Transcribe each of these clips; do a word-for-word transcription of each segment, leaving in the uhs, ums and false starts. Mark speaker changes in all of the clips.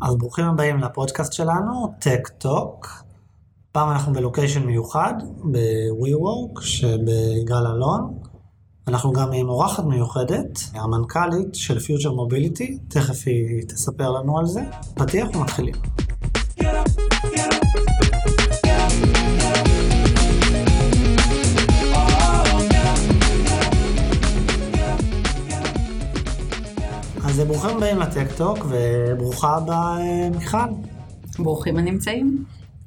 Speaker 1: אז ברוכים הבאים לפודקאסט שלנו, טק טוק. פעם אנחנו בלוקיישן מיוחד, ב-WeWork, שבגל אלון. אנחנו גם עם אורחת מיוחדת, המנכ"לית של Future Mobility, תכף היא תספר לנו על זה. פתיח ומתחילים. אז ברוכים הבאים לטק טוק, וברוכה הבאה מיכל.
Speaker 2: ברוכים הנמצאים.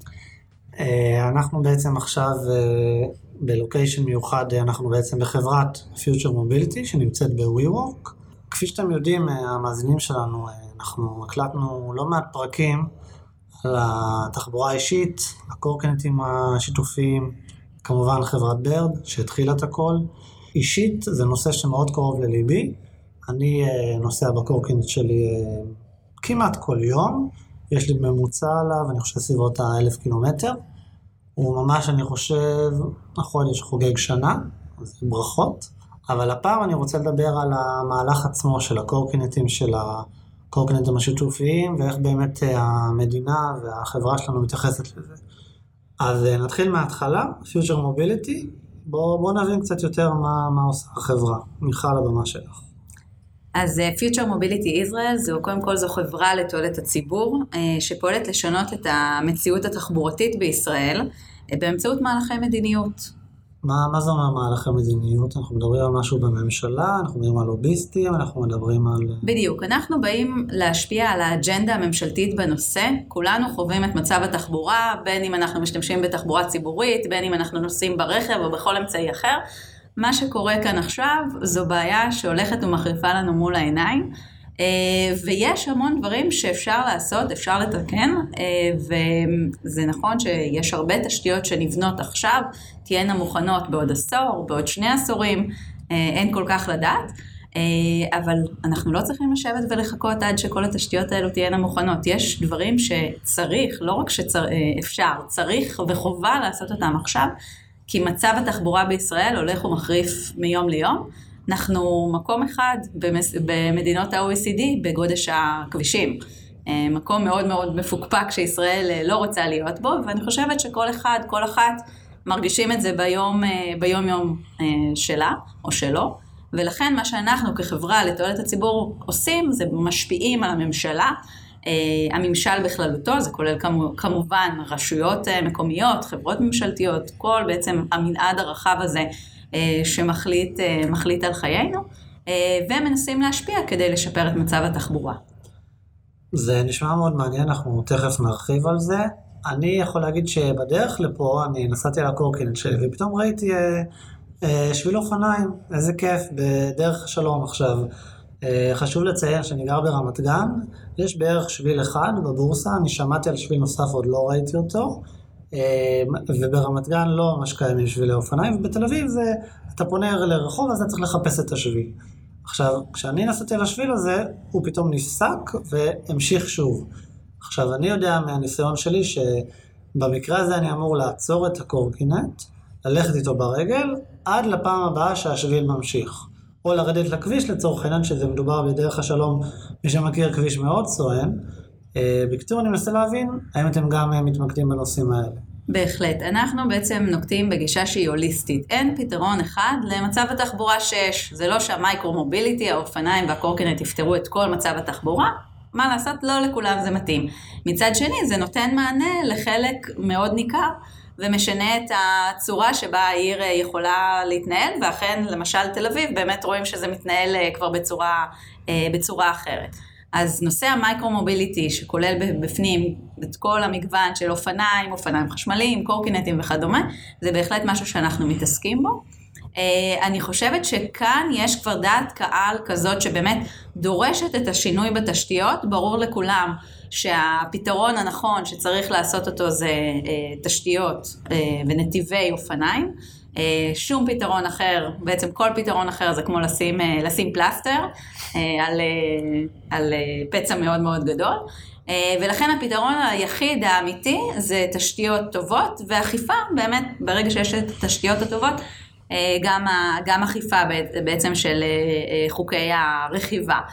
Speaker 1: אנחנו בעצם עכשיו בלוקיישן מיוחד, אנחנו בעצם בחברת Future Mobility שנמצאת ב-WeWork. כפי שאתם יודעים, המאזינים שלנו, אנחנו הקלטנו לא מעט פרקים על התחבורה האישית, הקורקינטים השיתופיים, כמובן חברת ברד שהתחילה את הכל. אישית זה נושא שמאוד קרוב לליבי. אני נוסע בקורקינט שלי כמעט כל יום, יש לי ממוצע עליו, אני חושב סביבות האלף קילומטר, הוא ממש, אני חושב, החודש חוגג שנה, אז ברכות, אבל הפעם אני רוצה לדבר על המהלך עצמו של הקורקינטים, של הקורקינטים השיתופיים, ואיך באמת המדינה והחברה שלנו מתייחסת לזה. אז נתחיל מההתחלה, Future Mobility, בואו בוא נבין קצת יותר מה, מה עושה החברה. מיכל, הבמה שלך.
Speaker 2: אז Future Mobility Israel, זו קודם כל זו חברה לתועלת הציבור, שפועלת לשנות את המציאות התחבורתית בישראל, באמצעות מהלכי מדיניות.
Speaker 1: מה, מה זה אומר מהלכי מדיניות? אנחנו מדברים על משהו בממשלה, אנחנו מדברים על לוביסטים, אנחנו מדברים על...
Speaker 2: בדיוק, אנחנו באים להשפיע על האג'נדה הממשלתית בנושא, כולנו חווים את מצב התחבורה, בין אם אנחנו משתמשים בתחבורה ציבורית, בין אם אנחנו נוסעים ברכב או בכל אמצעי אחר, מה שקורה כאן עכשיו זו בעיה שהולכת ומחריפה לנו מול העיניים, ויש המון דברים שאפשר לעשות, אפשר לתקן, וזה נכון שיש הרבה תשתיות שנבנות עכשיו, תהיינה מוכנות בעוד עשור, בעוד שני עשורים, אין כל כך לדעת, אבל אנחנו לא צריכים לשבת ולחכות עד שכל התשתיות האלו תהיינה מוכנות. יש דברים שצריך, לא רק שאפשר, צריך וחובה לעשות אותם עכשיו, כי מצב התחבורה בישראל הולך ומחריף מיום ליום. אנחנו מקום אחד במדינות ה-או אי סי די בגודש הכבישים. מקום מאוד מאוד מפוקפק שישראל לא רוצה להיות בו, ואני חושבת שכל אחד, כל אחת מרגישים את זה ביום, ביום יום שלה או שלו, ולכן מה שאנחנו כחברה לתועלת הציבור עושים, זה משפיעים על הממשלה, הממשל בכללותו, זה כולל כמובן רשויות מקומיות, חברות ממשלתיות, כל בעצם המנעד הרחב הזה שמחליט מחליט על חיינו, ומנסים להשפיע כדי לשפר את מצב התחבורה.
Speaker 1: זה נשמע מאוד מעניין, אנחנו תכף נרחיב על זה. אני יכול להגיד שבדרך לפה אני נסעתי על הקורקינט שלי, ופתאום ראיתי שביל אופניים, איזה כיף, בדרך השלום עכשיו. חשוב לציין שאני גר ברמת גן, יש בערך שביל אחד בבורסה, אני שמעתי על שביל נוסף, עוד לא ראיתי אותו, וברמת גן לא ממש קיימים שבילי אופניים, ובתל אביב זה, אתה פונה לרחוב, אז אתה צריך לחפש את השביל. עכשיו, כשאני נסעתי על השביל הזה, הוא פתאום נפסק והמשיך שוב. עכשיו, אני יודע מהניסיון שלי שבמקרה הזה אני אמור לעצור את הקורקינט, ללכת איתו ברגל, עד לפעם הבאה שהשביל ממשיך. או לרדת לכביש לצורך העניין, שזה מדובר בדרך השלום, מי שמכיר כביש מאוד סואן. בקצור אני מנסה להבין, האם אתם גם מתמקדים בנושאים האלה?
Speaker 2: בהחלט, אנחנו בעצם נוקטים בגישה שהיא הוליסטית. אין פתרון אחד למצב התחבורה שיש. זה לא שהמייקרו-מוביליטי, האופניים והקורקינט יפתרו את כל מצב התחבורה. מה לעשות? לא לכולם זה מתאים. מצד שני, זה נותן מענה לחלק מאוד ניכר, ומשנה את הצורה שבה העיר יכולה להתנהל, ואכן, למשל, תל אביב, באמת רואים שזה מתנהל כבר בצורה, בצורה אחרת. אז נושא המייקרו-מוביליטי, שכולל בפנים את כל המגוון של אופניים, אופניים חשמליים, קורקינטים וכדומה, זה בהחלט משהו שאנחנו מתעסקים בו. אני חושבת שכאן יש כבר דעת קהל כזאת שבאמת דורשת את השינוי בתשתיות. ברור לכולם שהפתרון הנכון שצריך לעשות אותו זה תשתיות ונתיבי אופניים. שום פתרון אחר, בעצם כל פתרון אחר זה כמו לשים, לשים פלסטר על, על פצע מאוד מאוד גדול. ולכן הפתרון היחיד האמיתי זה תשתיות טובות ואכיפה. באמת ברגע שיש את התשתיות הטובות, גם, גם אכיפה בעצם של חוקי הרכיבה.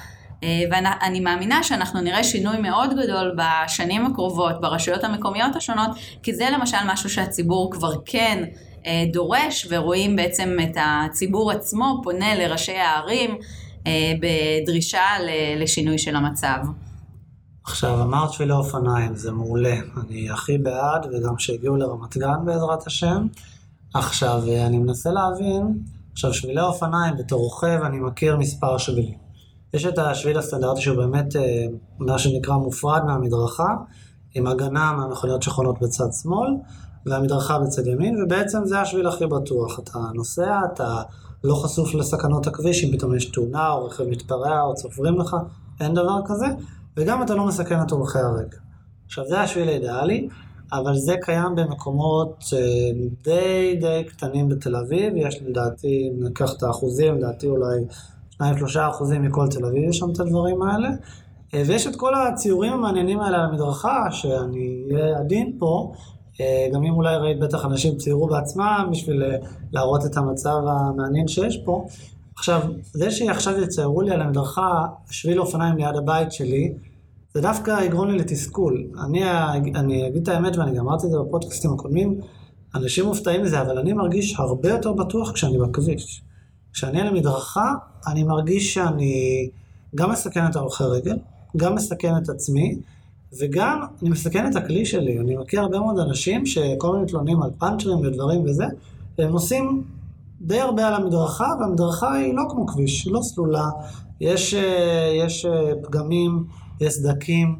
Speaker 2: ואני מאמינה שאנחנו נראה שינוי מאוד גדול בשנים הקרובות ברשויות המקומיות השונות, כי זה למשל משהו שהציבור כבר כן דורש, ורואים בעצם את הציבור עצמו פונה לראשי הערים בדרישה לשינוי של המצב.
Speaker 1: עכשיו, אמרת שבילי אופניים, זה מעולה, אני הכי בעד, וגם שהגיעו לרמת גן בעזרת השם. עכשיו, אני מנסה להבין, עכשיו שבילי אופניים בתור רוכב, אני מכיר מספר שבילים. יש את השביל הסטנדרטי שהוא באמת, מה שנקרא מופרד מהמדרכה, עם הגנה מהמכוניות שחונות בצד שמאל, והמדרכה בצד ימין, ובעצם זה השביל הכי בטוח. אתה נוסע, אתה לא חשוף לסכנות הכביש, אם פתאום יש תאונה, או רכב מתפרע, או צופרים לך, אין דבר כזה, וגם אתה לא מסכן את הולכי הרגל. עכשיו, זה השביל האידיאלי, אבל זה קיים במקומות די די קטנים בתל אביב, יש לדעתי, אם ניקח את האחוזים, לדעתי אולי שניים שלושה אחוזים מכל תל אביב, יש שם את הדברים האלה, ויש את כל הציורים המעניינים האלה על המדרכה, שאני אהיה עדין פה, גם אם אולי ראית בטח אנשים ציירו בעצמם, בשביל להראות את המצב המעניין שיש פה. עכשיו, זה שעכשיו יציירו לי על המדרכה, שביל אופניים ליד הבית שלי, זה דווקא יגרום לי לתסכול. אני, אני אגיד את האמת, ואני גם אמרתי את זה בפודקאסטים הקודמים, אנשים מופתעים מזה, אבל אני מרגיש הרבה יותר בטוח כשאני בכביש. כשאני על המדרכה, אני מרגיש שאני גם מסכן את ההולכי רגל, גם מסכן את עצמי, וגם אני מסכן את הכלי שלי. אני מכיר הרבה מאוד אנשים שכל מיני מתלוננים על פאנצ'רים ודברים וזה, והם נוסעים די הרבה על המדרכה, והמדרכה היא לא כמו כביש, היא לא סלולה, יש, יש פגמים, יש סדקים,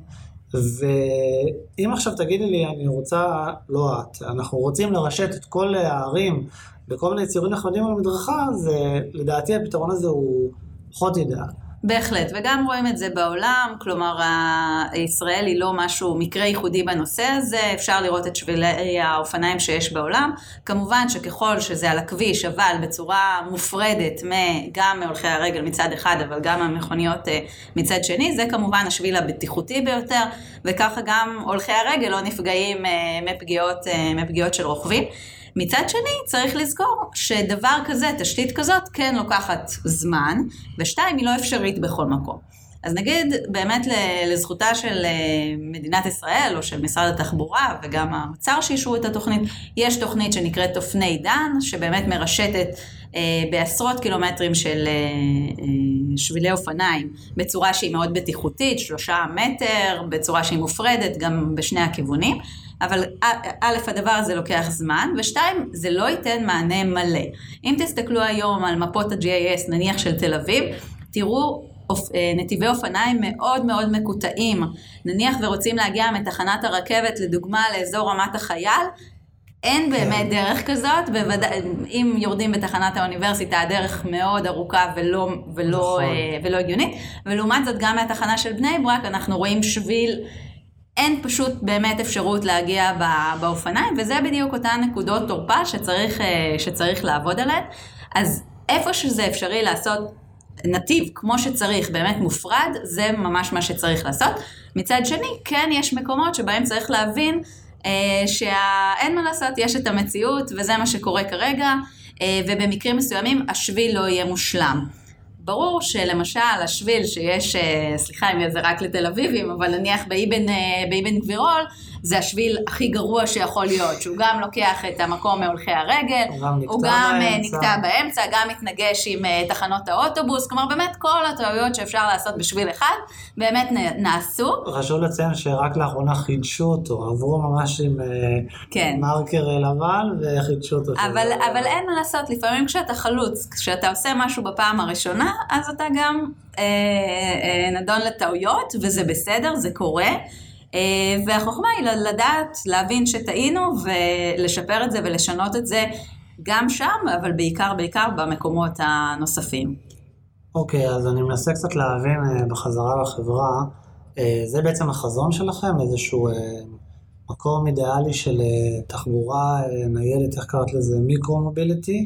Speaker 1: ואם עכשיו תגידי לי, אני רוצה, לא את, אנחנו רוצים לרשת את כל הערים בכל מיני ציורים נחמדים על המדרכה, אז לדעתי הפתרון הזה הוא פחות אידיאל.
Speaker 2: בהחלט, וגם רואים את זה בעולם, כלומר, ישראל היא לא משהו מקרה ייחודי בנושא הזה, אפשר לראות את שבילי האופניים שיש בעולם, כמובן שככל שזה על הכביש, אבל בצורה מופרדת, גם מהולכי הרגל מצד אחד, אבל גם המכוניות מצד שני, זה כמובן השביל הבטיחותי ביותר, וככה גם הולכי הרגל לא נפגעים מפגיעות, מפגיעות של רוכבים. מצד שני, צריך לזכור שדבר כזה, תשתית כזאת, כן לוקחת זמן, ושתיים, היא לא אפשרית בכל מקום. אז נגיד, באמת לזכותה של מדינת ישראל, או של משרד התחבורה, וגם האוצר שאישרו את התוכנית, יש תוכנית שנקראת תופני דן, שבאמת מרשתת בעשרות קילומטרים של שבילי אופניים, בצורה שהיא מאוד בטיחותית, שלושה מטר, בצורה שהיא מופרדת, גם בשני הכיוונים, אבל א', הדבר הזה לוקח זמן, ושתיים, זה לא ייתן מענה מלא. אם תסתכלו היום על מפות ה-ג'י איי אס, נניח של תל אביב, תראו נתיבי אופניים מאוד מאוד מקוטעים. נניח ורוצים להגיע מתחנת הרכבת, לדוגמה, לאזור רמת החייל, אין באמת דרך כזאת, אם יורדים בתחנת האוניברסיטה, הדרך מאוד ארוכה ולא, ולא, ולא הגיונית, ולעומת זאת גם מהתחנה של בני ברק, אנחנו רואים שביל, אין פשוט באמת אפשרות להגיע באופניים, וזה בדיוק אותן נקודות תורפה שצריך, שצריך לעבוד עליהן. אז איפה שזה אפשרי לעשות נתיב כמו שצריך, באמת מופרד, זה ממש מה שצריך לעשות. מצד שני, כן יש מקומות שבהם צריך להבין שאין מה לעשות, יש את המציאות, וזה מה שקורה כרגע, ובמקרים מסוימים השביל לא יהיה מושלם. ברור שלמשל השביל שיש, סליחה אם זה רק לתל אביבים, אבל נניח באבן, באבן גבירול, זה השביל הכי גרוע שיכול להיות, שהוא גם לוקח את המקום מהולכי הרגל, הוא גם, הוא גם באמצע. נקטע באמצע, גם מתנגש עם תחנות האוטובוס, כלומר באמת כל הטעויות שאפשר לעשות בשביל אחד, באמת נעשו. חשוב
Speaker 1: לציין שרק לאחרונה חידשו אותו, עברו ממש עם כן. מרקר לבן וחידשו אותו.
Speaker 2: אבל, אבל אין מה לעשות, לפעמים כשאתה חלוץ, כשאתה עושה משהו בפעם הראשונה, אז אתה גם אה, אה, נדון לטעויות, וזה בסדר, זה קורה, והחוכמה היא לדעת, להבין שטעינו ולשפר את זה ולשנות את זה גם שם, אבל בעיקר בעיקר במקומות הנוספים.
Speaker 1: אוקיי, אז אני מנסה קצת להבין בחזרה לחברה, זה בעצם החזון שלכם, איזשהו מקום אידיאלי של תחבורה ניידת, איך קראת לזה, מיקרו-מוביליטי,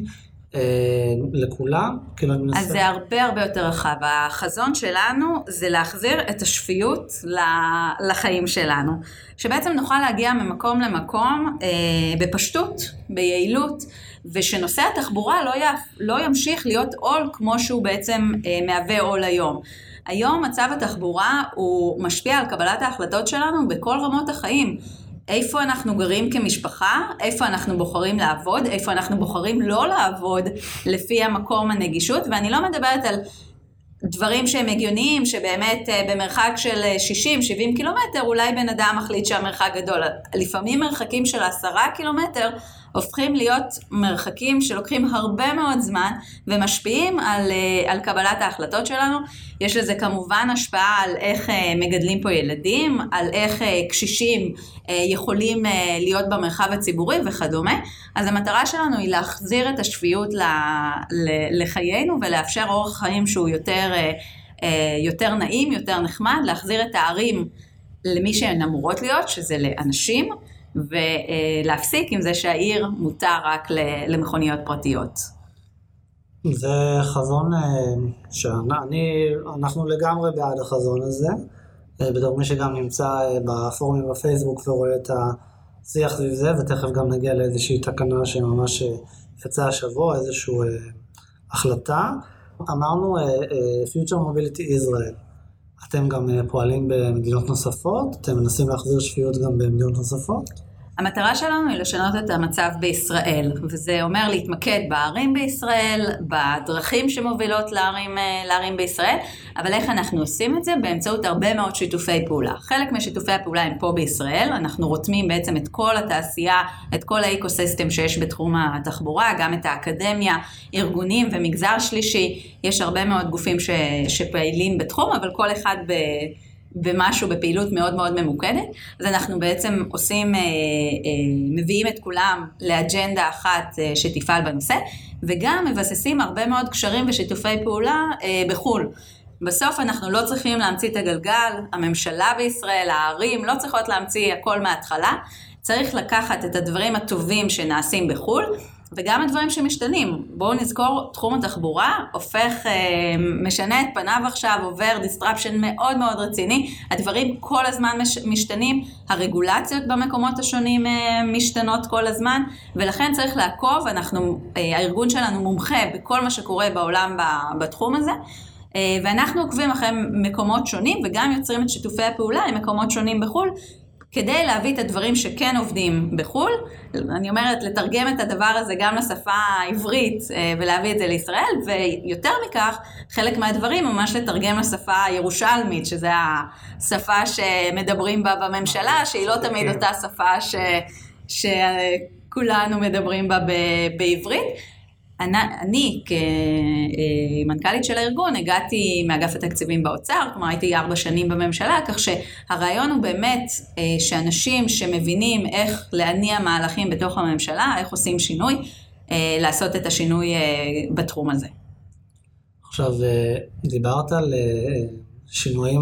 Speaker 1: לכולם?
Speaker 2: אז זה הרבה הרבה יותר רחב. החזון שלנו זה להחזיר את השפיות לחיים שלנו, שבעצם נוכל להגיע ממקום למקום בפשטות, ביעילות, ושנושא התחבורה לא, יפ, לא ימשיך להיות עול כמו שהוא בעצם מהווה עול היום. היום מצב התחבורה הוא משפיע על קבלת ההחלטות שלנו בכל רמות החיים. איפה אנחנו גרים כמשפחה, איפה אנחנו בוחרים לעבוד, איפה אנחנו בוחרים לא לעבוד לפי המקום הנגישות, ואני לא מדברת על דברים שהם הגיוניים, שבאמת במרחק של שישים שבעים קילומטר, אולי בן אדם מחליט שהמרחק גדול. לפעמים מרחקים של עשרה קילומטר, הופכים להיות מרחקים שלוקחים הרבה מאוד זמן, ומשפיעים על, על קבלת ההחלטות שלנו. יש לזה כמובן השפעה על איך מגדלים פה ילדים, על איך קשישים יכולים להיות במרחב הציבורי וכדומה. אז המטרה שלנו היא להחזיר את השפיות לחיינו, ולאפשר אורח חיים שהוא יותר, יותר נעים, יותר נחמד, להחזיר את הערים למי שהן אמורות להיות, שזה לאנשים, ולהפסיק עם זה שהעיר מותר רק למכוניות פרטיות.
Speaker 1: זה חזון שאני, אנחנו לגמרי בעד החזון הזה, בתור מי שגם נמצא בפורומים בפייסבוק ורואה את השיח סביב זה, ותכף גם נגיע לאיזושהי תקנה שממש יצאה השבוע, איזושהי החלטה. אמרנו Future Mobility Israel. אתם גם פועלים במדינות נוספות? אתם מנסים להחזיר שפיות גם במדינות נוספות?
Speaker 2: המטרה שלנו היא לשנות את המצב בישראל, וזה אומר להתמקד בערים בישראל, בדרכים שמובילות לערים, לערים בישראל, אבל איך אנחנו עושים את זה? באמצעות הרבה מאוד שיתופי פעולה. חלק משיתופי הפעולה הם פה בישראל, אנחנו רותמים בעצם את כל התעשייה, את כל האקוסיסטם שיש בתחום התחבורה, גם את האקדמיה, ארגונים ומגזר שלישי, יש הרבה מאוד גופים ש, שפעילים בתחום, אבל כל אחד ב... במשהו, בפעילות מאוד מאוד ממוקדת. אז אנחנו בעצם עושים, אה, אה, מביאים את כולם לאג'נדה אחת אה, שתפעל בנושא, וגם מבססים הרבה מאוד קשרים ושיתופי פעולה אה, בחול. בסוף אנחנו לא צריכים להמציא את הגלגל, הממשלה בישראל, הערים, לא צריכות להמציא הכל מההתחלה, צריך לקחת את הדברים הטובים שנעשים בחול, וגם הדברים שמשתנים. בואו נזכור, תחום התחבורה הופך, משנה את פניו עכשיו, עובר disruption מאוד מאוד רציני, הדברים כל הזמן משתנים, הרגולציות במקומות השונים משתנות כל הזמן, ולכן צריך לעקוב, אנחנו, הארגון שלנו מומחה בכל מה שקורה בעולם בתחום הזה, ואנחנו עוקבים אחרי מקומות שונים, וגם יוצרים את שיתופי הפעולה עם מקומות שונים בחול, כדי להביא את הדברים שכן עובדים בחול, אני אומרת לתרגם את הדבר הזה גם לשפה העברית ולהביא את זה לישראל, ויותר מכך, חלק מהדברים ממש לתרגם לשפה הירושלמית, שזה השפה שמדברים בה בממשלה, שהיא לא תמיד אותה שפה ש... שכולנו מדברים בה בעברית. אני כמנכ"לית של הארגון הגעתי מאגף התקציבים באוצר, כלומר הייתי ארבע שנים בממשלה, כך שהרעיון הוא באמת שאנשים שמבינים איך להניע מהלכים בתוך הממשלה, איך עושים שינוי, לעשות את השינוי בתחום הזה.
Speaker 1: עכשיו, דיברת על שינויים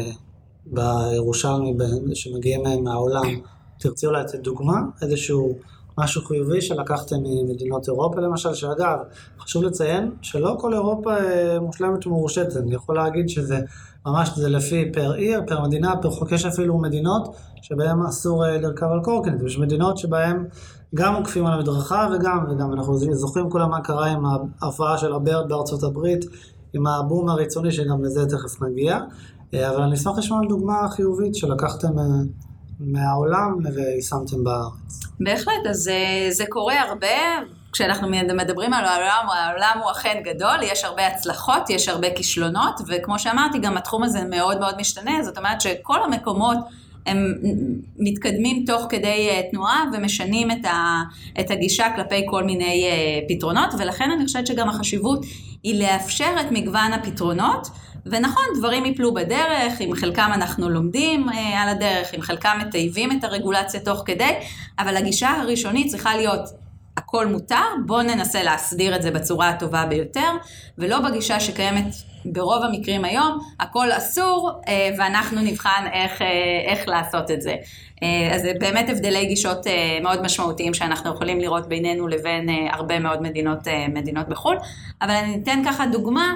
Speaker 1: בירושלמי שמגיעים מהעולם, תרצי אולי לתת דוגמה, איזשהו משהו חיובי שלקחתם ממדינות אירופה למשל, שאגב, חשוב לציין שלא כל אירופה מושלמת ומרושתת, אני יכול להגיד שזה ממש זה לפי פר עיר, פר מדינה, פר חוק, יש אפילו מדינות שבהן אסור לרכב על קורקינט, יש מדינות שבהן גם עוקפים על המדרכה וגם, וגם אנחנו זוכרים כולה מה קרה עם ההופעה של הבירד בארצות הברית, עם הבום הריצוני שגם לזה תכף נגיע, אבל אני אשמח לשמוע על דוגמה חיובית שלקחתם מהעולם ויישמתם בארץ.
Speaker 2: בהחלט, אז זה, זה קורה הרבה, כשאנחנו מדברים על העולם, העולם הוא אכן גדול, יש הרבה הצלחות, יש הרבה כישלונות, וכמו שאמרתי, גם התחום הזה מאוד מאוד משתנה, זאת אומרת שכל המקומות הם מתקדמים תוך כדי תנועה, ומשנים את, ה, את הגישה כלפי כל מיני פתרונות, ולכן אני חושבת שגם החשיבות היא לאפשר את מגוון הפתרונות, ונכון, דברים יפלו בדרך, עם חלקם אנחנו לומדים אה, על הדרך, עם חלקם מטייבים את הרגולציה תוך כדי, אבל הגישה הראשונית צריכה להיות, הכל מותר, בואו ננסה להסדיר את זה בצורה הטובה ביותר, ולא בגישה שקיימת ברוב המקרים היום, הכל אסור, אה, ואנחנו נבחן איך, אה, איך לעשות את זה. אה, אז זה באמת הבדלי גישות אה, מאוד משמעותיים, שאנחנו יכולים לראות בינינו לבין אה, הרבה מאוד מדינות, אה, מדינות בחול, אבל אני אתן ככה דוגמה,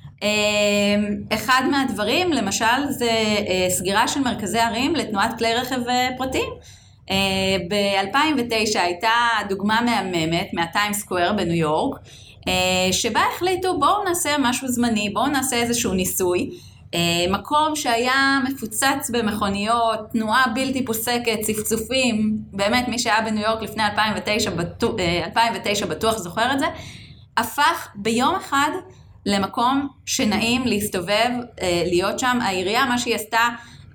Speaker 2: אחד מהדברים, למשל, זה סגירה של מרכזי ערים לתנועת כלי רכב פרטיים. ב-אלפיים ותשע הייתה דוגמה מהממת מהטיים סקוואר בניו יורק, שבה החליטו בואו נעשה משהו זמני, בואו נעשה איזשהו ניסוי, מקום שהיה מפוצץ במכוניות, תנועה בלתי פוסקת, צפצופים, באמת מי שהיה בניו יורק לפני אלפיים ותשע, אלפיים ותשע בטוח זוכר את זה, הפך ביום אחד למקום שנעים להסתובב, להיות שם. העירייה, מה שהיא עשתה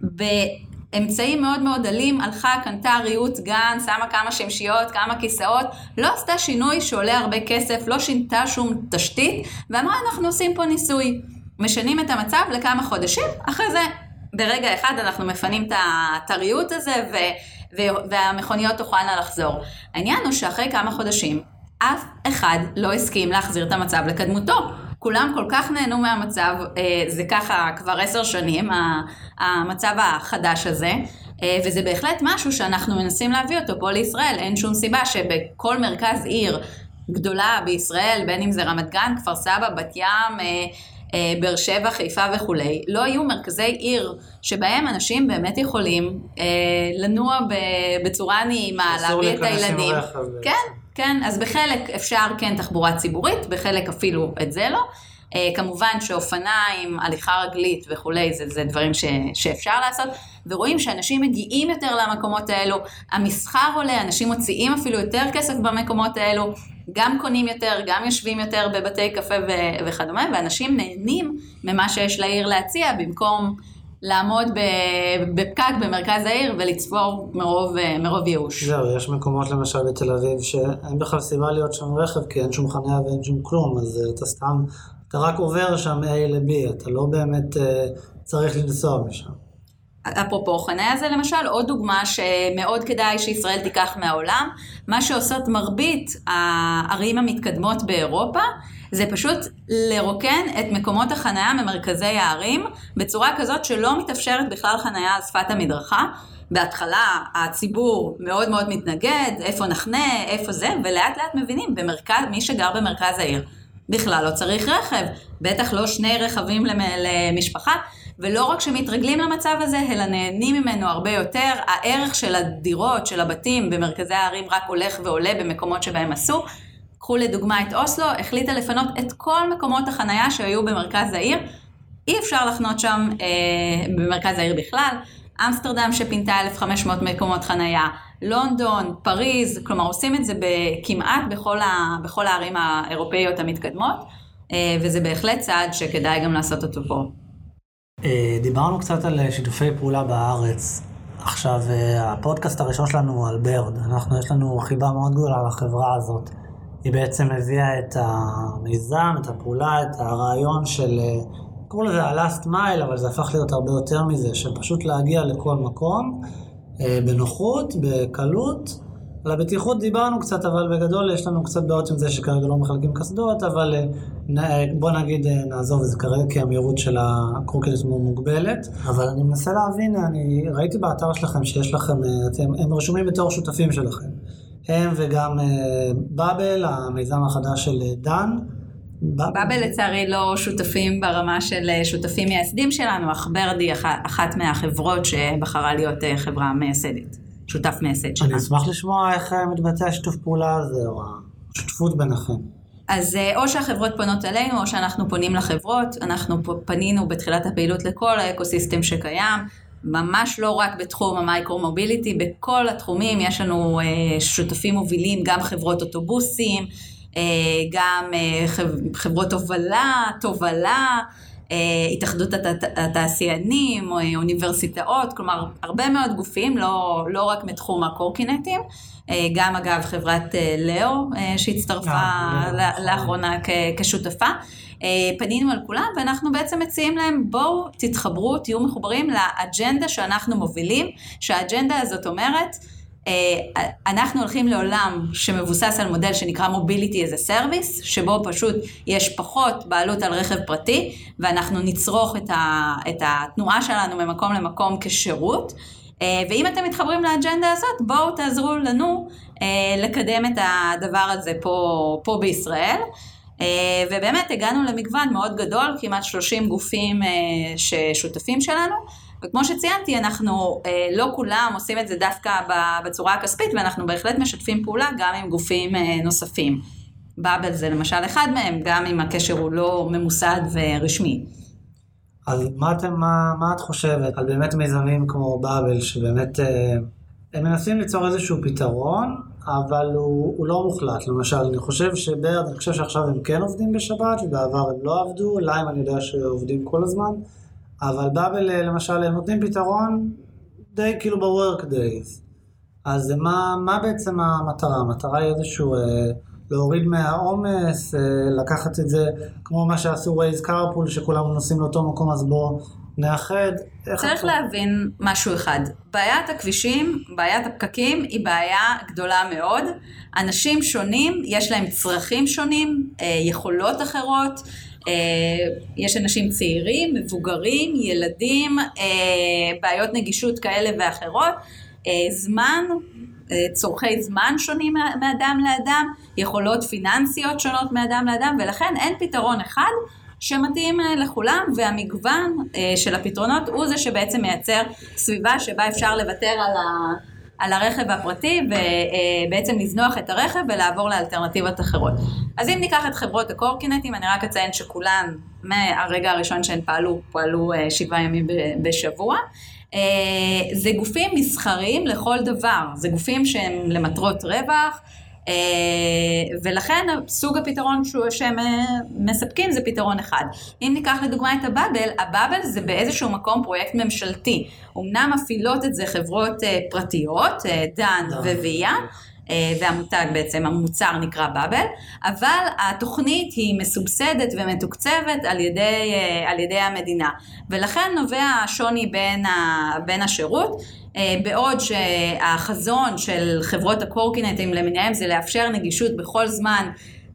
Speaker 2: באמצעים מאוד מאוד דלים, הלכה, קנתה ריהוט גן, שמה כמה שמשיות, כמה כיסאות, לא עשתה שינוי שעולה הרבה כסף, לא שינתה שום תשתית, ואמרה אנחנו עושים פה ניסוי. משנים את המצב לכמה חודשים, אחרי זה ברגע אחד אנחנו מפנים את הריהוט הזה ו- ו- והמכוניות תוכלנה לחזור. העניין הוא שאחרי כמה חודשים אף אחד לא הסכים להחזיר את המצב לקדמותו. כולם כל כך נהנו מהמצב, זה ככה כבר עשר שנים, המצב החדש הזה, וזה בהחלט משהו שאנחנו מנסים להביא אותו פה לישראל. אין שום סיבה שבכל מרכז עיר גדולה בישראל, בין אם זה רמת גן, כפר סבא, בת ים, באר שבע, חיפה וכולי, לא היו מרכזי עיר שבהם אנשים באמת יכולים לנוע בצורה נעימה, להביא את הילדים. כן, כן, אז בחלק אפשר כן תחבורה ציבורית, בחלק אפילו את זה לא. כמובן שאופניים, הליכה רגלית וכולי, זה, זה דברים ש, שאפשר לעשות, ורואים שאנשים מגיעים יותר למקומות האלו, המסחר עולה, אנשים מוציאים אפילו יותר כסף במקומות האלו, גם קונים יותר, גם יושבים יותר בבתי קפה ו- וכדומה, ואנשים נהנים ממה שיש לעיר להציע, במקום לעמוד בפקק במרכז העיר ולצפור מרוב, מרוב ייאוש.
Speaker 1: זהו, יש מקומות למשל בתל אביב שאין בכלל סיבה להיות שם רכב, כי אין שום חניה ואין שום כלום, אז אתה סתם, אתה רק עובר שם A ל-B, אתה לא באמת צריך לנסוע משם.
Speaker 2: אפרופו חניה זה למשל, עוד דוגמה שמאוד כדאי שישראל תיקח מהעולם, מה שעושות מרבית הערים המתקדמות באירופה, זה פשוט לרוקן את מקומות החניה ממרכזי הערים, בצורה כזאת שלא מתאפשרת בכלל חניה על שפת המדרכה. בהתחלה הציבור מאוד מאוד מתנגד, איפה נחנה, איפה זה, ולאט לאט מבינים, במרכז, מי שגר במרכז העיר בכלל לא צריך רכב, בטח לא שני רכבים למשפחה, ולא רק שמתרגלים למצב הזה, אלא נהנים ממנו הרבה יותר. הערך של הדירות, של הבתים במרכזי הערים רק הולך ועולה במקומות שבהם עשו. קחו לדוגמה את אוסלו, החליטה לפנות את כל מקומות החנייה שהיו במרכז העיר. אי אפשר לחנות שם אה, במרכז העיר בכלל. אמסטרדם שפינתה אלף וחמש מאות מקומות חנייה, לונדון, פריז, כלומר עושים את זה כמעט בכל, ה, בכל הערים האירופאיות המתקדמות, אה, וזה בהחלט צעד שכדאי גם לעשות אותו פה.
Speaker 1: דיברנו קצת על שיתופי פעולה בארץ. עכשיו, הפודקאסט הראשון שלנו הוא על בירד. אנחנו, יש לנו חיבה מאוד גדולה לחברה הזאת. היא בעצם הביאה את המיזם, את הפעולה, את הרעיון של, קראו לזה ה-last mile, אבל זה הפך להיות הרבה יותר מזה, של פשוט להגיע לכל מקום, בנוחות, בקלות. על הבטיחות דיברנו קצת, אבל בגדול יש לנו קצת בעיות עם זה שכרגע לא מחלקים קסדות, אבל בוא נגיד נעזוב את זה כרגע, כי המהירות של הקורקינט מוגבלת. אבל אני מנסה להבין, אני ראיתי באתר שלכם שיש לכם, אתם, הם רשומים בתור שותפים שלכם. הם וגם באבל, המיזם החדש של דן.
Speaker 2: באבל לצערי לא שותפים ברמה של שותפים מייסדים שלנו, אך ברדי אחת מהחברות שבחרה להיות חברה מייסדת. שותף מייסד שלנו.
Speaker 1: אני אשמח לשמוע איך מתבצע השיתוף פעולה הזה, או השותפות ביניכם.
Speaker 2: אז או שהחברות פונות אלינו, או שאנחנו פונים לחברות. אנחנו פנינו בתחילת הפעילות לכל האקוסיסטם שקיים, ממש לא רק בתחום המייקרו-מוביליטי, בכל התחומים יש לנו שותפים מובילים, גם חברות אוטובוסים, גם חברות הובלה, תובלה, התאחדות התעשיינים, אוניברסיטאות, כלומר הרבה מאוד גופים, לא, לא רק מתחום הקורקינטים, גם אגב חברת לאו שהצטרפה לאחרונה כשותפה, פנינו על כולם ואנחנו בעצם מציעים להם בואו תתחברו, תהיו מחוברים לאג'נדה שאנחנו מובילים, שהאג'נדה הזאת אומרת, אנחנו הולכים לעולם שמבוסס על מודל שנקרא Mobility as a Service, שבו פשוט יש פחות בעלות על רכב פרטי, ואנחנו נצרוך את, ה, את התנועה שלנו ממקום למקום כשירות, ואם אתם מתחברים לאג'נדה הזאת, בואו תעזרו לנו לקדם את הדבר הזה פה, פה בישראל, ובאמת הגענו למגוון מאוד גדול, כמעט שלושים גופים ששותפים שלנו, וכמו שציינתי, אנחנו לא כולם עושים את זה דווקא בצורה הכספית, ואנחנו בהחלט משתפים פעולה גם עם גופים נוספים. באבל זה למשל אחד מהם, גם אם הקשר הוא לא ממוסד ורשמי.
Speaker 1: אז מה, אתם, מה, מה את חושבת על באמת מיזמים כמו באבל, שבאמת הם מנסים ליצור איזשהו פתרון, אבל הוא, הוא לא מוחלט. למשל, אני חושב שברד, אני חושב שעכשיו הם כן עובדים בשבת, ובעבר הם לא עבדו, ליים אני יודע שעובדים כל הזמן, אבל באבל למשל הם נותנים פתרון די כאילו ב-work days. אז מה, מה בעצם המטרה? המטרה היא איזשהו אה, להוריד מהעומס, אה, לקחת את זה כמו מה שעשו ווייז קארפול, שכולם נוסעים לאותו מקום, אז בואו נאחד.
Speaker 2: צריך להבין משהו אחד. בעיית הכבישים, בעיית הפקקים, היא בעיה גדולה מאוד. אנשים שונים, יש להם צרכים שונים, אה, יכולות אחרות, יש אנשים צעירים, מבוגרים, ילדים, בעיות נגישות כאלה ואחרות, זמן, צורכי זמן שונים מאדם לאדם, יכולות פיננסיות שונות מאדם לאדם, ולכן אין פתרון אחד שמתאים לכולם, והמגוון של הפתרונות הוא זה שבעצם מייצר סביבה שבה אפשר לוותר על ה... על הרכב הפרטי, ובעצם לזנוח את הרכב ולעבור לאלטרנטיבות אחרות. אז אם ניקח את חברות הקורקינטים, אני רק אציין שכולן, מהרגע הראשון שהן פעלו, פעלו שבעה ימים בשבוע. זה גופים מסחריים לכל דבר, זה גופים שהם למטרות רווח, ולכן סוג הפתרון שהם מספקים זה פתרון אחד. אם ניקח לדוגמה את הבאבל, הבאבל זה באיזשהו מקום פרויקט ממשלתי. אמנם מפעילות את זה חברות פרטיות, דן וויה, והמותג בעצם, המוצר נקרא באבל, אבל התוכנית היא מסובסדת ומתוקצבת על ידי, על ידי המדינה. ולכן נובע השוני בין, ה, בין השירות, בעוד שהחזון של חברות הקורקינטים למיניהם זה לאפשר נגישות בכל זמן,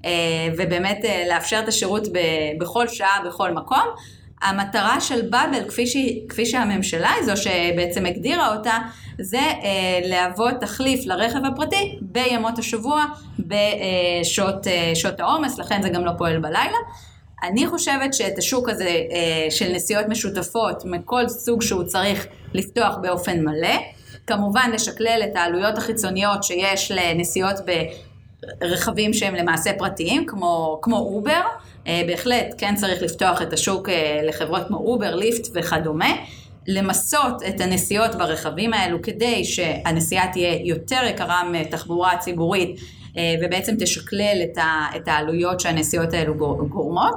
Speaker 2: ובאמת לאפשר את השירות בכל שעה, בכל מקום. המטרה של באבל, כפי, ש... כפי שהממשלה זו שבעצם הגדירה אותה, זה אה, להוות תחליף לרכב הפרטי בימות השבוע, בשעות אה, שעות העומס, לכן זה גם לא פועל בלילה. אני חושבת שאת השוק הזה אה, של נסיעות משותפות, מכל סוג שהוא צריך לפתוח באופן מלא, כמובן לשקלל את העלויות החיצוניות שיש לנסיעות ברכבים שהם למעשה פרטיים, כמו, כמו אובר, בהחלט כן צריך לפתוח את השוק לחברות כמו אובר, ליפט וכדומה, למסות את הנסיעות ברכבים האלו כדי שהנסיעה תהיה יותר יקרה מתחבורה ציבורית, ובעצם תשקלל את העלויות שהנסיעות האלו גורמות,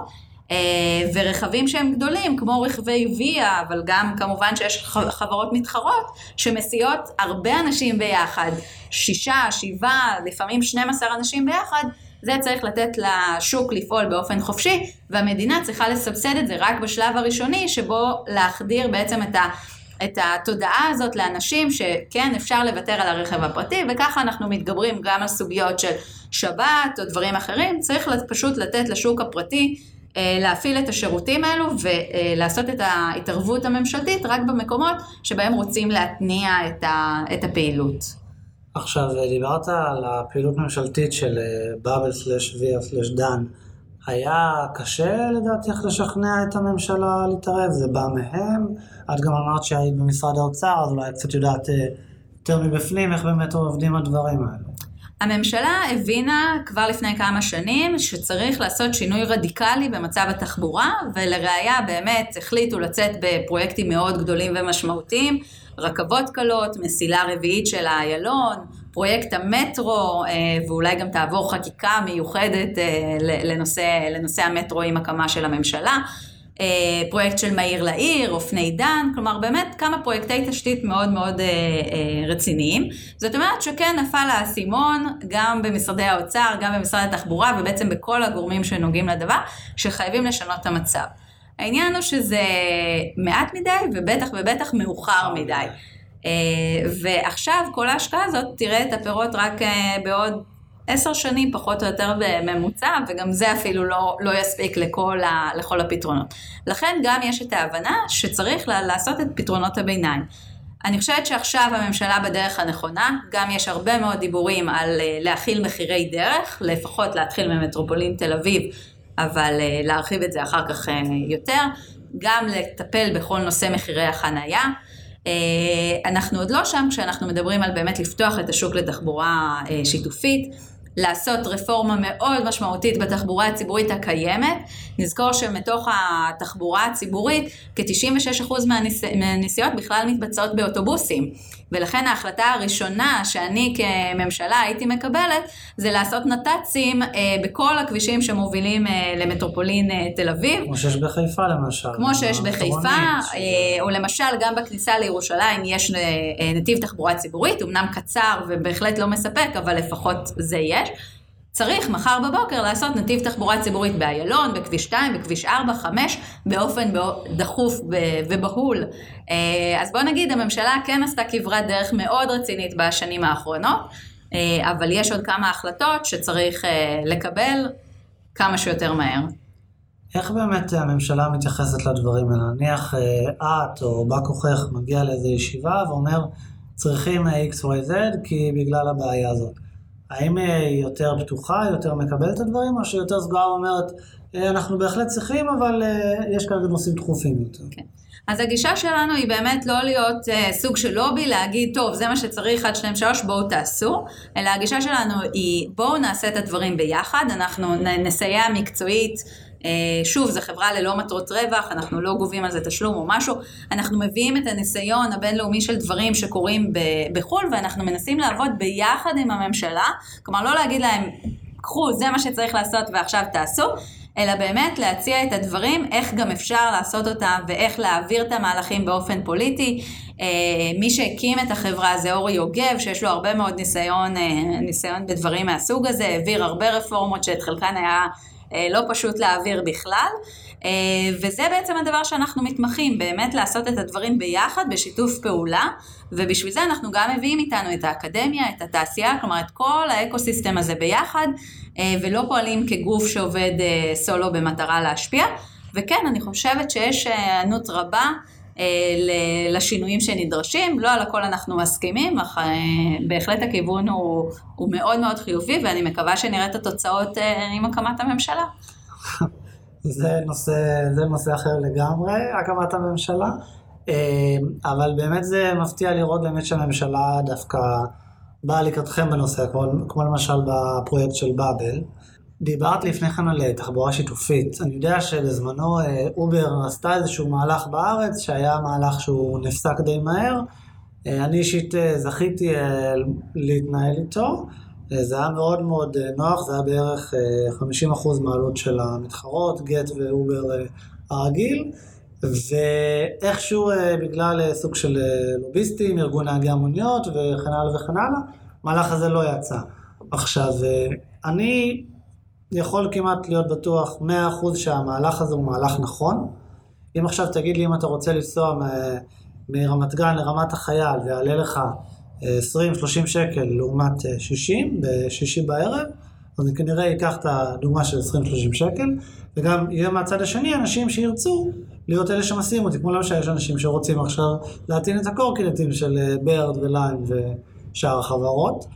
Speaker 2: ורכבים שהם גדולים כמו רכבי ויה, אבל גם כמובן שיש חברות מתחרות שמסיעות הרבה אנשים ביחד, שישה, שבעה, לפעמים שנים עשר אנשים ביחד, זה צריך לתת לשוק לפעול באופן חופשי, והמדינה צריכה לסבסד את זה רק בשלב הראשוני, שבו להחדיר בעצם את, ה, את התודעה הזאת לאנשים שכן אפשר לוותר על הרכב הפרטי, וככה אנחנו מתגברים גם על סוגיות של שבת או דברים אחרים. צריך פשוט לתת לשוק הפרטי להפעיל את השירותים האלו ולעשות את ההתערבות הממשלתית רק במקומות שבהם רוצים להתניע את, ה, את הפעילות.
Speaker 1: עכשיו, דיברת על הפעילות ממשלתית של באבל סלש ויה סלש דן. היה קשה לדעתך לשכנע את הממשלה להתערב? זה בא מהם? את גם אמרת שהיית במשרד האוצר, אז אולי קצת יודעת יותר מבפנים איך באמת עובדים הדברים האלו.
Speaker 2: הממשלה הבינה כבר לפני כמה שנים שצריך לעשות שינוי רדיקלי במצב התחבורה, ולראיה באמת החליטו לצאת בפרויקטים מאוד גדולים ומשמעותיים, רכבות קלות, מסילה רביעית של האיילון, פרויקט המטרו, ואולי גם תעבור חקיקה מיוחדת לנושא, לנושא המטרו עם הקמה של הממשלה, פרויקט של מהיר לעיר, אופני דן, כלומר באמת כמה פרויקטי תשתית מאוד מאוד רציניים. זאת אומרת שכן נפל האסימון גם במשרדי האוצר, גם במשרד התחבורה, ובעצם בכל הגורמים שנוגעים לדבר, שחייבים לשנות את המצב. העניין הוא שזה מעט מדי, ובטח ובטח מאוחר מדי. ועכשיו כל ההשקעה הזאת תראה את הפירות רק בעוד עשר שנים פחות או יותר בממוצע, וגם זה אפילו לא, לא יספיק לכל, ה, לכל הפתרונות. לכן גם יש את ההבנה שצריך לעשות את פתרונות הביניים. אני חושבת שעכשיו הממשלה בדרך הנכונה, גם יש הרבה מאוד דיבורים על להכיל מחירי דרך, לפחות להתחיל ממטרופולין תל אביב, אבל להרחיב את זה אחר כך יותר, גם לטפל בכל נושא מחירי החנייה. אנחנו עוד לא שם כשאנחנו מדברים על באמת לפתוח את השוק לתחבורה שיתופית, לעשות רפורמה מאוד משמעותית בתחבורה הציבורית הקיימת. נזכור שמתוך התחבורה הציבורית, כ-תשעים ושש אחוז מהנסיעות בכלל מתבצעות באוטובוסים. ולכן ההחלטה הראשונה שאני כממשלה הייתי מקבלת, זה לעשות נת"צים בכל הכבישים שמובילים למטרופולין תל אביב.
Speaker 1: כמו שיש בחיפה למשל.
Speaker 2: כמו שיש בחיפה, או למשל גם בכניסה לירושלים יש נתיב תחבורה ציבורית, אמנם קצר ובהחלט לא מספק, אבל לפחות זה יש. צריך מחר בבוקר לעשות נתיב תחבורה ציבורית באיילון, בכביש שתיים, בכביש ארבע, חמש, באופן דחוף ובהול. אז בוא נגיד, הממשלה כן עשתה כברת דרך מאוד רצינית בשנים האחרונות, אבל יש עוד כמה החלטות שצריך לקבל כמה שיותר מהר.
Speaker 1: איך באמת הממשלה מתייחסת לדברים האלה? נניח את או בא כוחך מגיע לאיזו ישיבה ואומר, צריכים X, Y, Z כי בגלל הבעיה הזאת. האם היא יותר פתוחה, יותר מקבלת את הדברים, או שיותר סגורה אומרת, אנחנו בהחלט צריכים, אבל יש כרגע נושאים דחופים יותר.
Speaker 2: כן. אז הגישה שלנו היא באמת לא להיות uh, סוג של לובי, להגיד, טוב, זה מה שצריך, עד שניים שלוש, בואו תעשו, אלא הגישה שלנו היא, בואו נעשה את הדברים ביחד, אנחנו נסייע מקצועית, uh, שוב, זו חברה ללא מטרות רווח, אנחנו לא גובים על זה תשלום או משהו, אנחנו מביאים את הניסיון הבינלאומי של דברים שקורים בחו"ל, ואנחנו מנסים לעבוד ביחד עם הממשלה, כלומר לא להגיד להם, קחו, זה מה שצריך לעשות ועכשיו תעשו, אלא באמת להציע את הדברים, איך גם אפשר לעשות אותם, ואיך להעביר את המהלכים באופן פוליטי. מי שהקים את החברה זה אורי יוגב, שיש לו הרבה מאוד ניסיון, ניסיון בדברים מהסוג הזה, העביר הרבה רפורמות שאת חלקן היה לא פשוט להעביר בכלל, וזה בעצם הדבר שאנחנו מתמחים, באמת לעשות את הדברים ביחד, בשיתוף פעולה, ובשביל זה אנחנו גם מביאים איתנו את האקדמיה, את התעשייה, כלומר את כל האקוסיסטם הזה ביחד, ולא פועלים כגוף שעובד סולו במטרה להשפיע, וכן, אני חושבת שיש ענות רבה לשינויים שנדרשים, לא על הכל אנחנו מסכימים, אך בהחלט הכיוון הוא, הוא מאוד מאוד חיובי, ואני מקווה שנראה את התוצאות עם הקמת הממשלה.
Speaker 1: זה נושא, זה נושא אחר לגמרי, הקמת הממשלה, אבל באמת זה מפתיע לראות באמת שהממשלה דווקא באה לקראתכם בנושא, כמו, כמו למשל בפרויקט של באבל. דיברת לפני כן על תחבורה שיתופית. אני יודע שבזמנו אובר עשתה איזשהו מהלך בארץ, שהיה מהלך שהוא נפסק די מהר. אני אישית זכיתי להתנהל איתו. זה היה מאוד מאוד נוח, זה היה בערך חמישים אחוז מעלות של המתחרות, גט ואובר הרגיל. ואיכשהו בגלל סוג של לוביסטים, ארגון נהגי המוניות וכן הלאה וכן הלאה, המהלך הזה לא יצא. עכשיו, אני יכול כמעט להיות בטוח מאה אחוז שהמהלך הזה הוא מהלך נכון. אם עכשיו תגיד לי אם אתה רוצה לנסוע מ- מרמת גן לרמת החייל ויעלה לך עשרים שלושים שקל לעומת שישים, בשישי בערב, אז אני כנראה אקח את הדוגמה של עשרים שלושים שקל, וגם יהיה מהצד השני אנשים שירצו להיות אלה שמסיעים אותי, כמו למשל יש אנשים שרוצים עכשיו להטעין את הקורקינטים של ברד וליים ושאר החברות.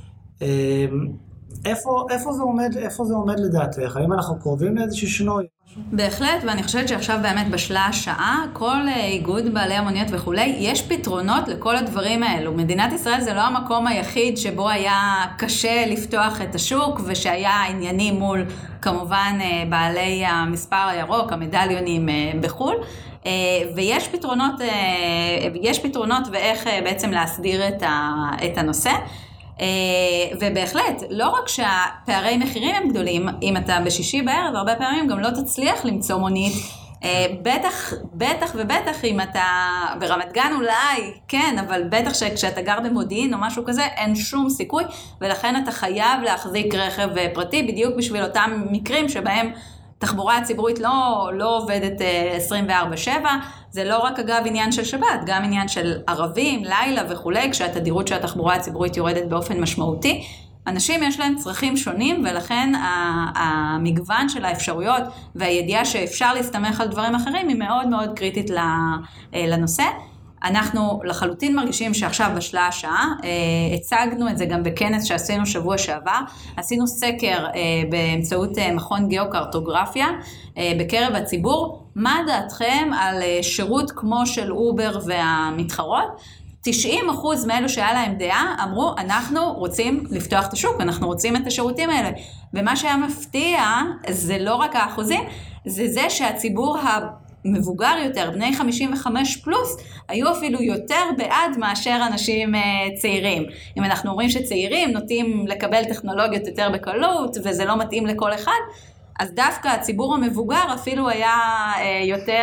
Speaker 1: איפה, איפה זה עומד, איפה זה עומד לדעתך? האם אנחנו קרובים לאיזשהו שינוי?
Speaker 2: בהחלט, ואני חושבת שעכשיו באמת בשלה השעה, כל איגוד בעלי המוניות וכולי, יש פתרונות לכל הדברים האלו. מדינת ישראל זה לא המקום היחיד שבו היה קשה לפתוח את השוק, ושהיה עניינים מול כמובן בעלי המספר הירוק, המדליונים בחול, ויש פתרונות, יש פתרונות ואיך בעצם להסדיר את הנושא. ובהחלט, לא רק שהפערי מחירים הם גדולים, אם אתה בשישי בערב, הרבה פעמים גם לא תצליח למצוא מונית, בטח, בטח ובטח אם אתה ברמת גן אולי, כן, אבל בטח שכשאתה גר במודיעין או משהו כזה, אין שום סיכוי, ולכן אתה חייב להחזיק רכב פרטי, בדיוק בשביל אותם מקרים שבהם תחבורה הציבורית לא, לא עובדת עשרים וארבע שבע, זה לא רק אגב עניין של שבת, גם עניין של ערבים, לילה וכולי, כשהתדירות של התחבורה הציבורית יורדת באופן משמעותי. אנשים יש להם צרכים שונים, ולכן המגוון של האפשרויות והידיעה שאפשר להסתמך על דברים אחרים היא מאוד מאוד קריטית לנושא. אנחנו לחלוטין מרגישים שעכשיו בשלה השעה, הצגנו את זה גם בכנס שעשינו שבוע שעבר, עשינו סקר באמצעות מכון גיאוקרטוגרפיה בקרב הציבור, מה דעתכם על שירות כמו של אובר והמתחרות? תשעים אחוז מאלו שהיה להם דעה, אמרו, אנחנו רוצים לפתוח את השוק, אנחנו רוצים את השירותים האלה. ומה שהיה מפתיע, זה לא רק האחוזים, זה זה שהציבור המבוגר יותר, בני חמישים וחמש פלוס, היו אפילו יותר בעד מאשר אנשים צעירים. אם אנחנו אומרים שצעירים נוטים לקבל טכנולוגיות יותר בקלות, וזה לא מתאים לכל אחד, אז דווקא הציבור המבוגר אפילו היה יותר...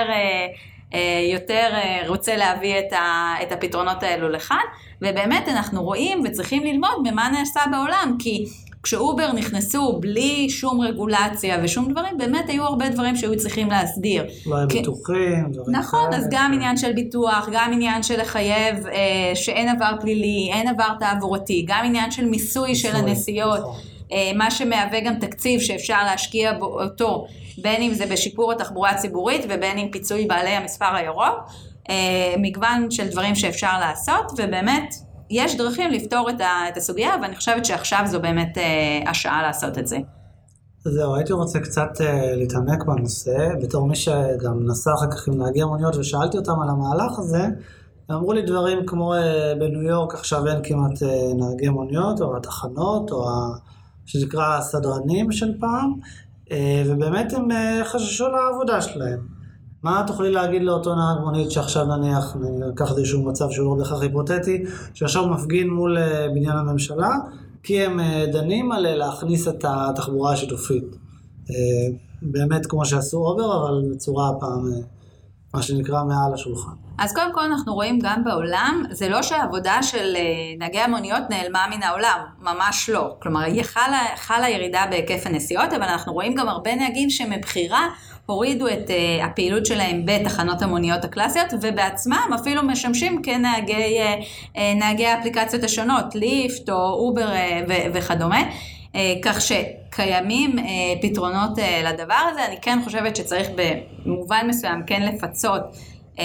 Speaker 2: יותר רוצה להביא את, ה, את הפתרונות האלו לכאן, ובאמת אנחנו רואים וצריכים ללמוד ממה נעשה בעולם, כי כשאובר נכנסו בלי שום רגולציה ושום דברים, באמת היו הרבה דברים שהיו צריכים להסדיר.
Speaker 1: לא הם ביטוחים, דברים
Speaker 2: נכון, אז גם עניין של ביטוח, גם עניין של לחייב אה, שאין עבר פלילי, אין עבר תעבורתי, גם עניין של מיסוי של הנסיעות, אה, מה שמהווה גם תקציב שאפשר להשקיע בו אותו, בין אם זה בשיפור התחבורה הציבורית ובין אם פיצוי בעלי המספר הירוק, מגוון של דברים שאפשר לעשות, ובאמת יש דרכים לפתור את הסוגיה, ואני חושבת שעכשיו זו באמת השעה לעשות את זה.
Speaker 1: זהו, הייתי רוצה קצת להתעמק בנושא, בתור מי שגם נסע אחר כך עם נהגי המוניות ושאלתי אותם על המהלך הזה, אמרו לי דברים כמו בניו יורק עכשיו אין כמעט נהגי מוניות, או התחנות, או שנקרא הסדרנים של פעם, ובאמת הם חששו לעבודה שלהם. מה תוכלי להגיד לאותו נהג מונית שעכשיו נניח, ניקח איזשהו מצב שהוא לא בכך היפותטי, שעכשיו מפגין מול בניין הממשלה, כי הם דנים על להכניס את התחבורה השיתופית. באמת כמו שעשו אובר, אבל בצורה הפעם, מה שנקרא מעל השולחן.
Speaker 2: אז קודם כל אנחנו רואים גם בעולם, זה לא שהעבודה של נהגי המוניות נעלמה מן העולם, ממש לא. כלומר, היא חלה, חלה ירידה בהיקף הנסיעות, אבל אנחנו רואים גם הרבה נהגים שמבחירה הורידו את uh, הפעילות שלהם בתחנות המוניות הקלאסיות, ובעצמם אפילו משמשים כנהגי uh, נהגי האפליקציות השונות, ליפט או אובר uh, ו- וכדומה. Uh, כך שקיימים uh, פתרונות uh, לדבר הזה. אני כן חושבת שצריך במובן מסוים כן לפצות uh, uh,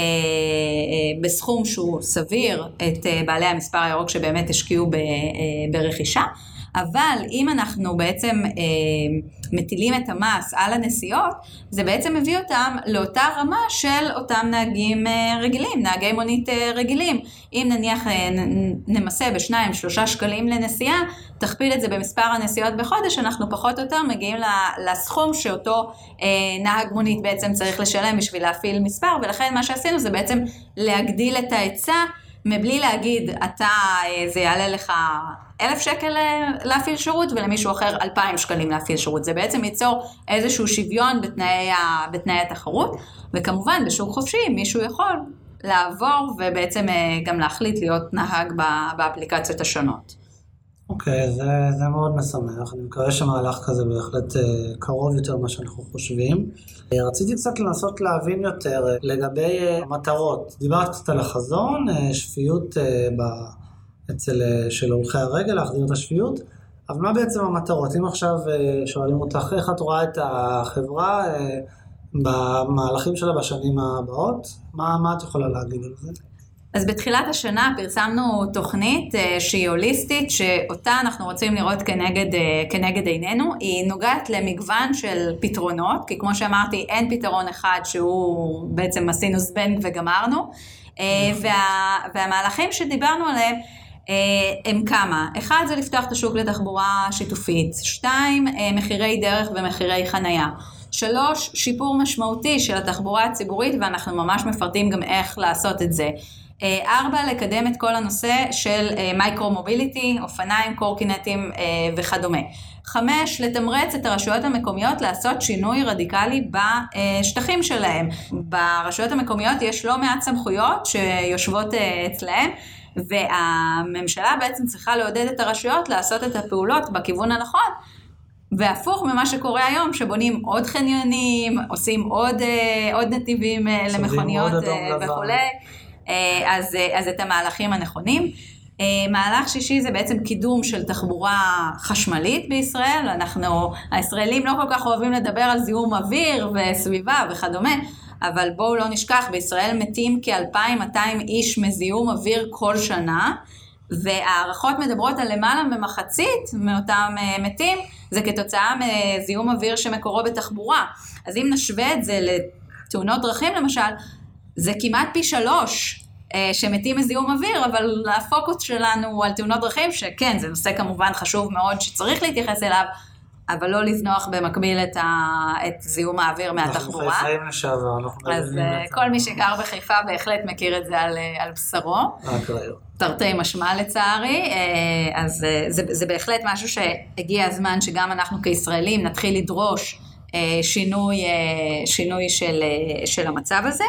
Speaker 2: בסכום שהוא סביר את uh, בעלי המספר הירוק שבאמת השקיעו ב- uh, ברכישה. אבל אם אנחנו בעצם אה, מטילים את המס על הנסיעות, זה בעצם מביא אותם לאותה רמה של אותם נהגים אה, רגילים, נהגי מונית אה, רגילים. אם נניח אה, נמסה בשניים, שלושה שקלים לנסיעה, תכפיל את זה במספר הנסיעות בחודש, אנחנו פחות או יותר מגיעים לסכום שאותו אה, נהג מונית בעצם צריך לשלם בשביל להפעיל מספר, ולכן מה שעשינו זה בעצם להגדיל את ההיצע, מבלי להגיד, אתה, זה יעלה לך אלף שקל להפעיל שירות, ולמישהו אחר אלפיים שקלים להפעיל שירות. זה בעצם ייצור איזשהו שוויון בתנאי, בתנאי התחרות, וכמובן בשוק חופשי מישהו יכול לעבור, ובעצם גם להחליט להיות נהג באפליקציות השונות.
Speaker 1: אוקיי, okay, זה, זה מאוד משמח. אני מקווה שמהלך כזה בהחלט קרוב יותר מה שאנחנו חושבים. רציתי קצת לנסות להבין יותר לגבי מטרות. דיברת קצת על החזון, שפיות ב... אצל של הולכי הרגל, להחזיר את השפיות, אבל מה בעצם המטרות? אם עכשיו שואלים אותך, איך את רואה את החברה במהלכים שלה בשנים הבאות, מה, מה את יכולה להגיד על זה?
Speaker 2: אז בתחילת השנה פרסמנו תוכנית שהיא הוליסטית, שאותה אנחנו רוצים לראות כנגד, כנגד עינינו. היא נוגעת למגוון של פתרונות, כי כמו שאמרתי, אין פתרון אחד שהוא בעצם עשינו זבנג וגמרנו, וה, והמהלכים שדיברנו עליהם, הם כמה. אחד זה לפתוח את השוק לתחבורה שיתופית, שתיים, מחירי דרך ומחירי חנייה. שלוש, שיפור משמעותי של התחבורה הציבורית, ואנחנו ממש מפרטים גם איך לעשות את זה. ארבע, לקדם את כל הנושא של מייקרו-מוביליטי, אופניים, קורקינטים וכדומה. חמש, לתמרץ את הרשויות המקומיות לעשות שינוי רדיקלי בשטחים שלהם. ברשויות המקומיות יש לא מעט סמכויות שיושבות אצלהם, והממשלה בעצם צריכה לעודד את הרשויות לעשות את הפעולות בכיוון הנכון, והפוך ממה שקורה היום, שבונים עוד חניונים, עושים עוד, עוד נתיבים למכוניות וכו'. אז, אז את המהלכים הנכונים. מהלך שישי זה בעצם קידום של תחבורה חשמלית בישראל. אנחנו, הישראלים לא כל כך אוהבים לדבר על זיהום אוויר וסביבה וכדומה, אבל בואו לא נשכח, בישראל מתים כ-אלפיים ומאתיים איש מזיהום אוויר כל שנה, והערכות מדברות על למעלה ממחצית מאותם מתים, זה כתוצאה מזיהום אוויר שמקורו בתחבורה. אז אם נשווה את זה לתאונות דרכים למשל, זה כמעט פי שלוש שמתים מזיהום אוויר, אבל הפוקוס שלנו הוא על תאונות דרכים, שכן, זה נושא כמובן חשוב מאוד שצריך להתייחס אליו, אבל לא לזנוח במקביל את, ה... את זיהום האוויר מהתחבורה.
Speaker 1: אנחנו חיפאים לשעבר, אנחנו
Speaker 2: אז כל מי שגר בחיפה בהחלט מכיר את זה על, על בשרו. תרתי משמע לצערי, אז זה, זה בהחלט משהו שהגיע הזמן שגם אנחנו כישראלים נתחיל לדרוש שינוי, שינוי של, של המצב הזה.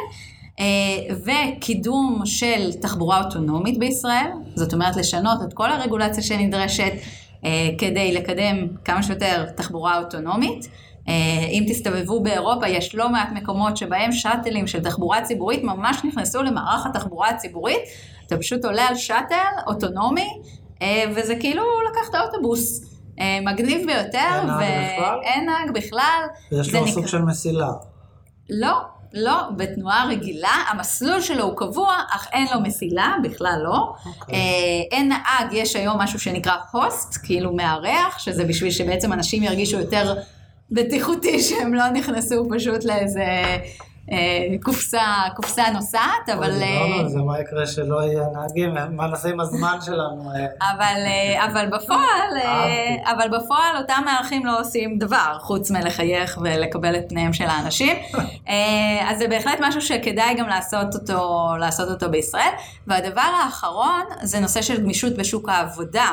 Speaker 2: וקידום של תחבורה אוטונומית בישראל, זאת אומרת לשנות את כל הרגולציה שנדרשת, כדי לקדם כמה שיותר תחבורה אוטונומית. אם תסתובבו באירופה, יש לא מעט מקומות שבהם שאטלים של תחבורה ציבורית ממש נכנסו למערך התחבורה הציבורית, אתה פשוט עולה על שאטל אוטונומי, וזה כאילו לקח את האוטובוס. מגניב ביותר, ואין נהג בכלל.
Speaker 1: ויש לו סוג של מסילה.
Speaker 2: לא, לא, בתנועה רגילה, המסלול שלו הוא קבוע, אך אין לו מסילה, בכלל לא. Okay. אין נהג, יש היום משהו שנקרא הוסט, כאילו מארח, שזה בשביל שבעצם אנשים ירגישו יותר בטיחותי, שהם לא נכנסו פשוט לאיזה קופסה, קופסה נוסעת, אבל...
Speaker 1: לא, לא, זה מה יקרה שלא יהיה נהגים, מה נעשה עם הזמן שלנו?
Speaker 2: אבל, אבל בפועל, אבל בפועל אותם מארחים לא עושים דבר, חוץ מלחייך ולקבל את פניהם של האנשים. אז זה בהחלט משהו שכדאי גם לעשות אותו, לעשות אותו בישראל. והדבר האחרון זה נושא של גמישות בשוק העבודה.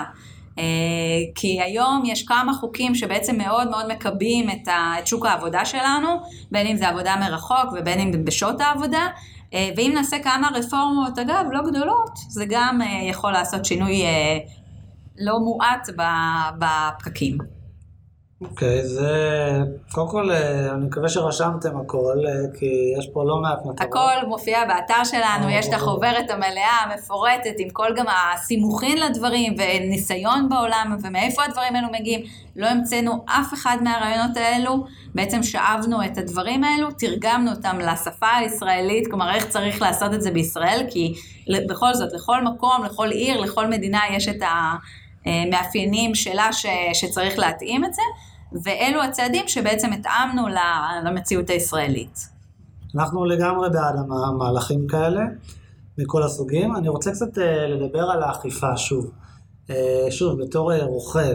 Speaker 2: כי היום יש כמה חוקים שבעצם מאוד מאוד מקבים את, ה, את שוק העבודה שלנו, בין אם זה עבודה מרחוק ובין אם בשעות העבודה, ואם נעשה כמה רפורמות, אגב, לא גדולות, זה גם יכול לעשות שינוי לא מועט בפקקים.
Speaker 1: אוקיי, זה, קודם כל, אני מקווה שרשמתם הכל, כי יש פה לא מעט מטרות.
Speaker 2: הכל מופיע באתר שלנו, יש את החוברת המלאה, המפורטת, עם כל גם הסימוכין לדברים, וניסיון בעולם, ומאיפה הדברים האלו מגיעים. לא המצאנו אף אחד מהרעיונות האלו, בעצם שאבנו את הדברים האלו, תרגמנו אותם לשפה הישראלית, כלומר, איך צריך לעשות את זה בישראל, כי בכל זאת, לכל מקום, לכל עיר, לכל מדינה, יש את המאפיינים שלה ש, שצריך להתאים את זה, ואלו הצעדים שבעצם התאמנו למציאות הישראלית.
Speaker 1: אנחנו לגמרי בעד המהלכים כאלה, מכל הסוגים. אני רוצה קצת לדבר על האכיפה שוב. שוב, בתור רוכב,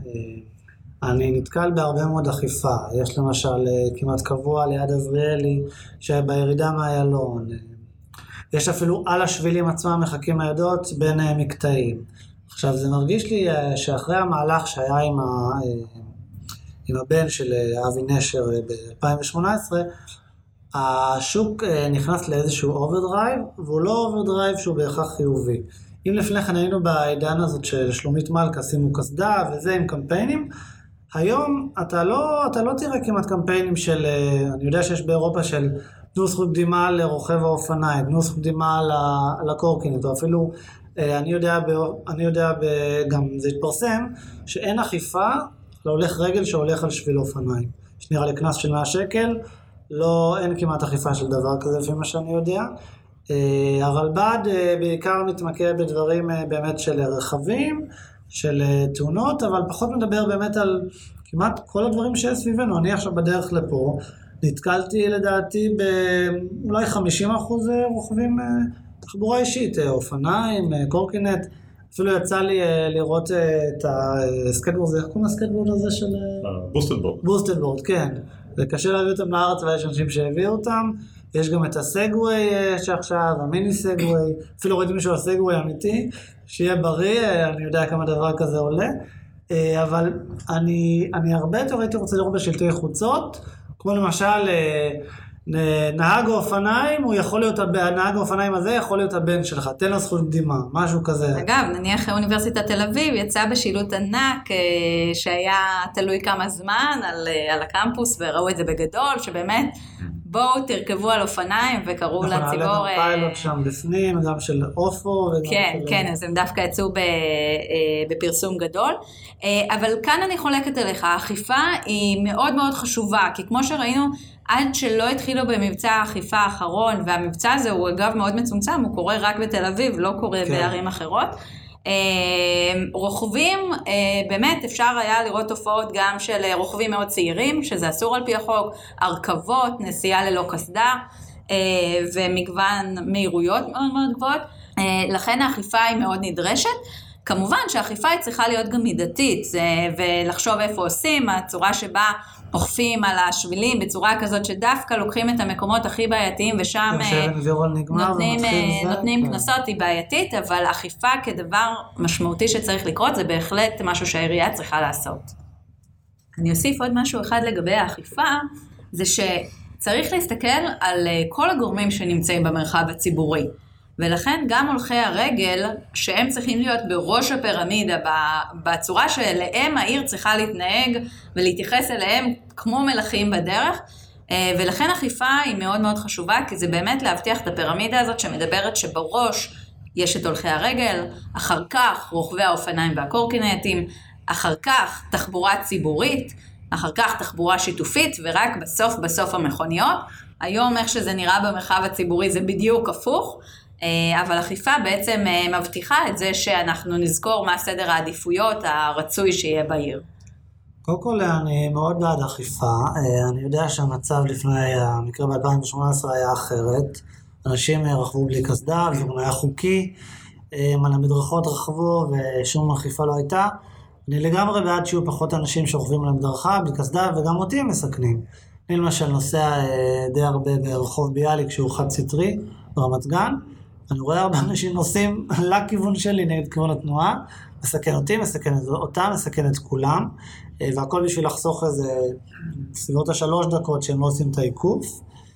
Speaker 1: אני נתקל בהרבה מאוד אכיפה. יש למשל כמעט קבוע ליד עזריאלי, שבירידה מהיילון. יש אפילו על השבילים עצמם מחכים ניידות בין מקטעים. עכשיו, זה מרגיש לי שאחרי המהלך שהיה עם, ה... עם הבן של אבי נשר ב-אלפיים שמונה עשרה, השוק נכנס לאיזשהו אוברדרייב, והוא לא אוברדרייב שהוא בהכרח חיובי. אם לפני כן היינו בעידן הזאת של שלומית מלכה, שימו קסדה וזה עם קמפיינים, היום אתה לא, אתה לא תראה כמעט קמפיינים של, אני יודע שיש באירופה של תנו זכות קדימה לרוכב האופניים, תנו זכות קדימה לקורקינט, או אפילו, אני יודע, אני יודע גם זה התפרסם, שאין אכיפה להולך רגל שהולך על שביל אופניים. שנראה לי קנס של מאה שקל, לא, אין כמעט אכיפה של דבר כזה לפי מה שאני יודע. הרלב"ד בעיקר מתמקד בדברים באמת של רכבים, של תאונות, אבל פחות מדבר באמת על כמעט כל הדברים שיש סביבנו. אני עכשיו בדרך לפה, נתקלתי לדעתי באולי חמישים אחוז רוכבים תחבורה אישית, אופניים, קורקינט, אפילו יצא לי לראות את הסקטבורד, זה איך קוראים הסקטבורד הזה של...
Speaker 3: בוסטד בורד.
Speaker 1: בוסטד בורד, כן. זה קשה להביא אותם לארץ ויש אנשים שהביאו אותם. יש גם את הסגווי שעכשיו, המיני סגווי, אפילו ראיתי מישהו הסגווי אמיתי, שיהיה בריא, אני יודע כמה דבר כזה עולה. אבל אני, אני הרבה יותר הייתי רוצה לראות בשלטי חוצות, כמו למשל נהג האופניים, הוא יכול להיות, הנהג האופניים הזה יכול להיות הבן שלך, תן לו זכות קדימה, משהו כזה.
Speaker 2: אגב, נניח אוניברסיטת תל אביב יצא בשילוט ענק שהיה תלוי כמה זמן על, על הקמפוס, וראו את זה בגדול, שבאמת בואו תרכבו על אופניים וקראו לציבור...
Speaker 1: נכון, היה גם פיילוט שם בפנים, גם של אופו.
Speaker 2: כן, כן, אז הם דווקא יצאו בפרסום גדול. אבל כאן אני חולקת עליך, האכיפה היא מאוד מאוד חשובה, כי כמו שראינו, עד שלא התחילו במבצע האכיפה האחרון, והמבצע הזה הוא אגב מאוד מצומצם, הוא קורה רק בתל אביב, לא קורה כן. בערים אחרות. רוכבים, באמת אפשר היה לראות תופעות גם של רוכבים מאוד צעירים, שזה אסור על פי החוק, הרכבות, נסיעה ללא קסדה, ומגוון מהירויות מאוד מאוד גבוהות, לכן האכיפה היא מאוד נדרשת. כמובן שהאכיפה היא צריכה להיות גם מידתית, ולחשוב איפה עושים, הצורה שבה אוכפים על השבילים, בצורה כזאת שדווקא לוקחים את המקומות הכי בעייתיים, ושם נותנים, נותנים כנסות, היא בעייתית, אבל אכיפה כדבר משמעותי שצריך לקרות, זה בהחלט משהו שהעירייה צריכה לעשות. אני אוסיף עוד משהו אחד לגבי האכיפה, זה שצריך להסתכל על כל הגורמים שנמצאים במרחב הציבורי, ולכן גם הולכי הרגל, שהם צריכים להיות בראש הפירמידה, בצורה שאליהם העיר צריכה להתנהג, ולהתייחס אליהם כמו מלכים בדרך, ולכן אכיפה היא מאוד מאוד חשובה, כי זה באמת להבטיח את הפירמידה הזאת, שמדברת שבראש יש את הולכי הרגל, אחר כך רוכבי האופניים והקורקינטים, אחר כך תחבורה ציבורית, אחר כך תחבורה שיתופית, ורק בסוף בסוף המכוניות. היום איך שזה נראה במרחב הציבורי זה בדיוק הפוך, אבל אכיפה בעצם מבטיחה את זה שאנחנו נזכור מה סדר העדיפויות הרצוי שיהיה בעיר.
Speaker 1: קודם כל אני מאוד בעד אכיפה, אני יודע שהמצב לפני המקרה ב-אלפיים ושמונה עשרה היה אחרת, אנשים רכבו בלי קסדה, וזה גם היה חוקי, על המדרכות רכבו ושום אכיפה לא הייתה, אני לגמרי בעד שיהיו פחות אנשים שרוכבים על המדרכה בלי קסדה, וגם אותי הם מסכנים. אני למשל נוסע די הרבה ברחוב ביאליק שהוא חד סטרי ברמת גן, אני רואה הרבה אנשים נוסעים לכיוון שלי נגד כיוון התנועה, מסכן אותי, מסכן אותם, מסכן את כולם, והכל בשביל לחסוך איזה סביבות השלוש דקות שהם לא עושים את העיקוף,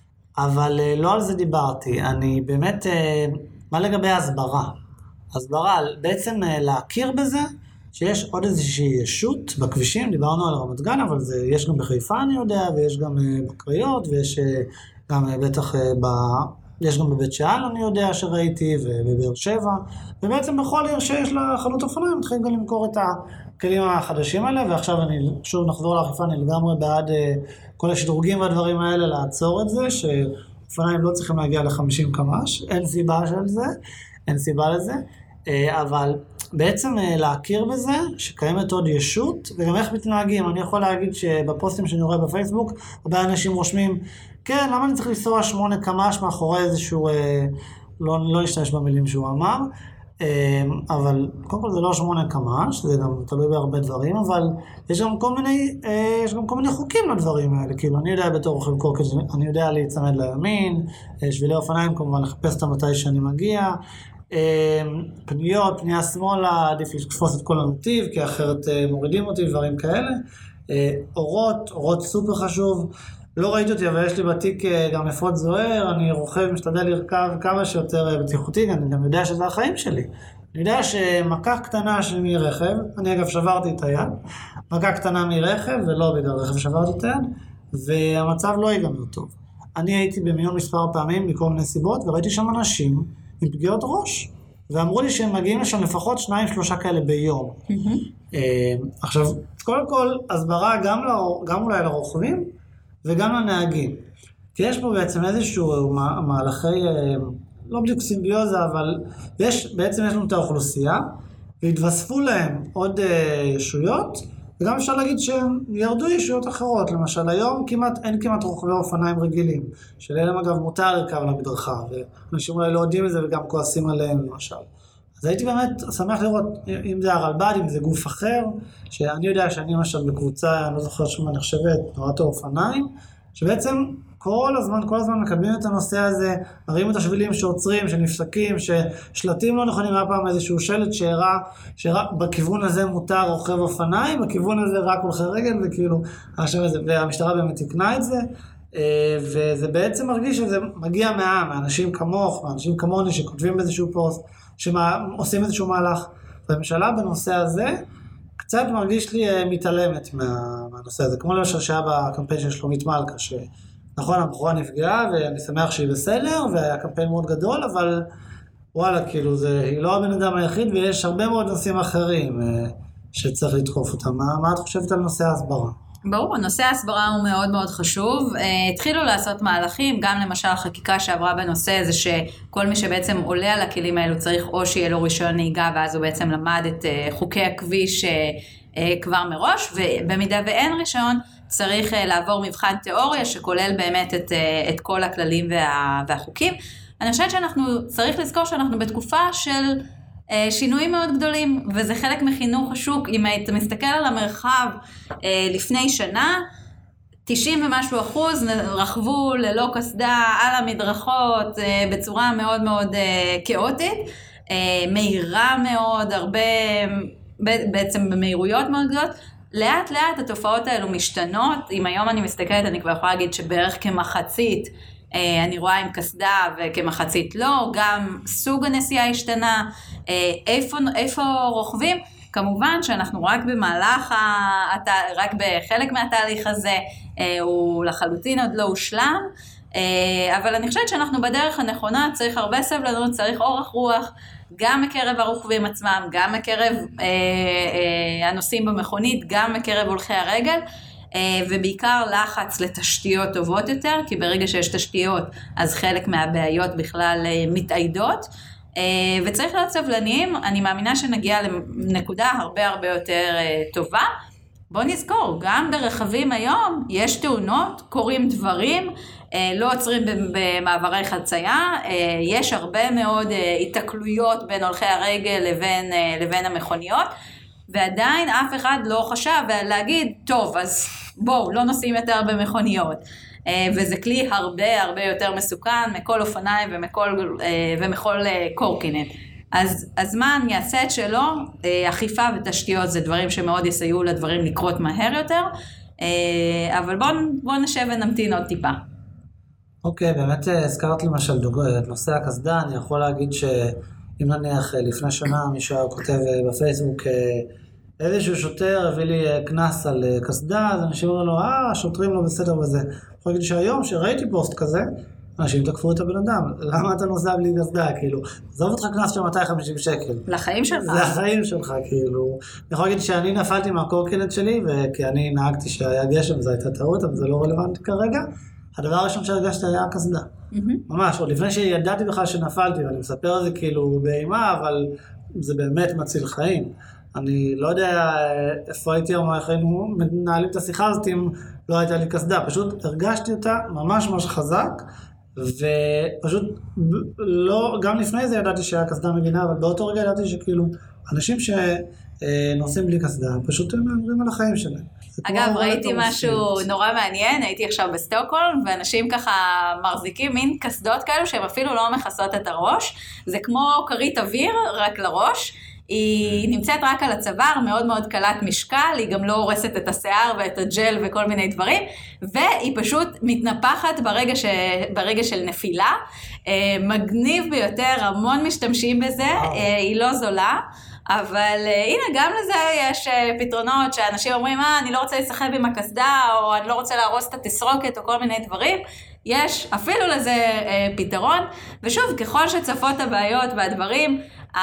Speaker 1: אבל לא על זה דיברתי. אני באמת, מה לגבי הסברה? הסברה, בעצם להכיר בזה שיש עוד איזושהי ישות בכבישים, דיברנו על רמת גן, אבל זה, יש גם בחיפה אני יודע, ויש גם בקריות, ויש גם בטח ב... יש גם בבית שאן אני יודע שראיתי, ובבאר שבע, ובעצם בכל עיר שיש לה חנות אופניים, מתחילים גם למכור את הכלים החדשים האלה, ועכשיו אני שוב נחזור לאכיפה, אני לגמרי בעד כל השדרוגים והדברים האלה לעצור את זה, שאופניים לא צריכים להגיע ל-חמישים קמ"ש, אין סיבה של זה, אין סיבה לזה, אבל בעצם להכיר בזה שקיימת עוד ישות, וגם איך מתנהגים. אני יכול להגיד שבפוסטים שאני רואה בפייסבוק, הרבה אנשים רושמים, כן, למה אני צריך לנסוע שמונה קמ"ש מאחורי איזשהו, לא, לא להשתמש במילים שהוא אמר, אבל קודם כל זה לא שמונה קמ"ש, זה גם תלוי בהרבה דברים, אבל יש גם כל מיני, יש גם כל מיני חוקים לדברים האלה, כאילו אני יודע בתור רוכב קורקינט, אני יודע להצמד לימין, שבילי אופניים כמובן לחפש את מתי שאני מגיע, פניות, פנייה שמאלה, עדיף לתפוס את כל הנתיב, כי אחרת מורידים אותי, דברים כאלה. אורות, אורות סופר חשוב. לא ראיתי אותי, אבל יש לי בתיק גם אפוד זוהר, אני רוכב, משתדל לרכב כמה שיותר בטיחותי, אני גם יודע שזה החיים שלי. אני יודע שמכה קטנה שלי מרכב, אני אגב שברתי את היד, מכה קטנה מרכב, ולא בגלל רכב שברתי את היד, והמצב לא ייגמר טוב. אני הייתי במיון מספר פעמים מכל מיני סיבות, וראיתי שם אנשים עם פגיעות ראש, ואמרו לי שהם מגיעים לשם לפחות שניים שלושה כאלה ביום. עכשיו, קודם כל, הסברה גם אולי לרוכבים, וגם לנהגים. כי יש פה בעצם איזשהו מהלכי, לא בדיוק סימביוזה, אבל יש, בעצם יש לנו את האוכלוסייה, והתווספו להם עוד ישויות, וגם אפשר להגיד שהם ירדו ישויות אחרות. למשל, היום כמעט, אין כמעט רוכבי אופניים רגילים, שלהם אגב מותר לרכב על המדרכה, ואנשים אולי לא יודעים את זה וגם כועסים עליהם למשל. אז הייתי באמת שמח לראות אם זה הרלב"ד, אם זה גוף אחר, שאני יודע שאני למשל בקבוצה, אני לא זוכר שמה נחשבת, תנועת האופניים, שבעצם כל הזמן, כל הזמן מקדמים את הנושא הזה, מראים את השבילים שעוצרים, שנפסקים, ששלטים לא נכונים, היה פעם איזשהו שלט שהראה, שהראה בכיוון הזה מותר רוכב אופניים, בכיוון הזה רק הולכי רגל, וכאילו, והמשטרה באמת תקנה את זה, וזה בעצם מרגיש שזה מגיע מהעם, מאנשים כמוך, מאנשים כמוני שכותבים איזשהו פוסט, שעושים איזשהו מהלך, והממשלה בנושא הזה קצת מרגיש לי מתעלמת מהנושא הזה, כמו למשל שהיה בקמפיין של שלומית מלכה, שנכון, הבחורה נפגעה, ואני שמח שהיא בסדר, והיה קמפיין מאוד גדול, אבל וואלה, כאילו, זה, היא לא הבן אדם היחיד, ויש הרבה מאוד נושאים אחרים שצריך לתקוף אותם. מה, מה את חושבת על נושא ההסברה?
Speaker 2: ברור, נושא ההסברה הוא מאוד מאוד חשוב. התחילו לעשות מהלכים, גם למשל החקיקה שעברה בנושא זה שכל מי שבעצם עולה על הכלים האלו צריך או שיהיה לו רישיון נהיגה, ואז הוא בעצם למד את חוקי הכביש כבר מראש, ובמידה ואין רישיון צריך לעבור מבחן תיאוריה שכולל באמת את, את כל הכללים וה, והחוקים. אני חושבת שאנחנו צריך לזכור שאנחנו בתקופה של שינויים מאוד גדולים, וזה חלק מחינוך השוק. אם היית מסתכל על המרחב לפני שנה, תשעים ומשהו אחוז רכבו ללא קסדה על המדרכות בצורה מאוד מאוד כאוטית, מהירה מאוד, הרבה, בעצם במהירויות מאוד גדולות. לאט לאט התופעות האלו משתנות. אם היום אני מסתכלת, אני כבר יכולה להגיד שבערך כמחצית אני רואה עם קסדה וכמחצית לא, גם סוג הנסיעה השתנה, איפה, איפה רוכבים, כמובן שאנחנו רק במהלך, רק בחלק מהתהליך הזה, הוא לחלוטין עוד לא הושלם, אבל אני חושבת שאנחנו בדרך הנכונה, צריך הרבה סבלנות, צריך אורך רוח, גם מקרב הרוכבים עצמם, גם מקרב הנוסעים במכונית, גם מקרב הולכי הרגל, ובעיקר לחץ לתשתיות טובות יותר, כי ברגע שיש תשתיות, אז חלק מהבעיות בכלל מתעידות, וצריך להיות סבלניים. אני מאמינה שנגיע לנקודה הרבה הרבה יותר טובה. בוא נזכור, גם ברכבים היום יש תאונות, קורים דברים, לא עוצרים במעברי חצייה, יש הרבה מאוד התקלויות בין הולכי הרגל לבין, לבין המכוניות, ועדיין אף אחד לא חשב להגיד, טוב, אז בואו, לא נוסעים יותר במכוניות. וזה כלי הרבה הרבה יותר מסוכן מכל אופניים ומכל, ומכל קורקינט. אז הזמן יעשה את שלו, אכיפה ותשתיות זה דברים שמאוד יסייעו לדברים לקרות מהר יותר, אבל בואו בוא נשב ונמתין עוד טיפה.
Speaker 1: אוקיי, באמת הזכרת למשל את נושא הקסדה. אני יכול להגיד שאם נניח לפני שנה מישהו כותב בפייסבוק, איזשהו שוטר הביא לי כנס על קסדה, אז אנשים אומרים לו, אה, השוטרים לא בסדר בזה. אני יכול להגיד שהיום שראיתי פוסט כזה, אנשים תקפו את הבן אדם, למה אתה נוסע בלי קסדה, כאילו, עזוב אותך כנס של מאתיים וחמישים שקל.
Speaker 2: לחיים שלך.
Speaker 1: זה החיים שלך, כאילו. אני יכול להגיד שאני נפלתי מהקורקינט שלי, וכי אני נהגתי שהיה גשם, זו הייתה טעות, אבל זה לא רלוונטי כרגע. הדבר הראשון שהרגשתי היה הקסדה. ממש, עוד לפני שידעתי בכלל שנפלתי, ואני מספר על זה כאילו באימה, אבל זה באמת מציל חיים. אני לא יודע איפה הייתי היום, איך היינו מנהלים את השיחה הזאת אם לא הייתה לי קסדה. פשוט הרגשתי אותה ממש ממש חזק, ופשוט לא, גם לפני זה ידעתי שהיה קסדה מגינה, אבל באותו רגע ידעתי שכאילו אנשים שנוסעים בלי קסדה, פשוט הם אומרים על החיים שלהם.
Speaker 2: אגב, ראיתי משהו נורא מעניין, הייתי עכשיו בסטוקהולם, ואנשים ככה מחזיקים מין קסדות כאלו שהן אפילו לא מכסות את הראש, זה כמו כרית אוויר, רק לראש, היא נמצאת רק על הצוואר, מאוד מאוד קלת משקל, היא גם לא הורסת את השיער ואת הג'ל וכל מיני דברים, והיא פשוט מתנפחת ברגע, ש... ברגע של נפילה, מגניב ביותר, המון משתמשים בזה, היא לא זולה, אבל הנה גם לזה יש פתרונות שאנשים אומרים, אה, אני לא רוצה לשחק עם הקסדה, או אני לא רוצה להרוס את התסרוקת, או כל מיני דברים, יש אפילו לזה פתרון, ושוב, ככל שצפות הבעיות והדברים,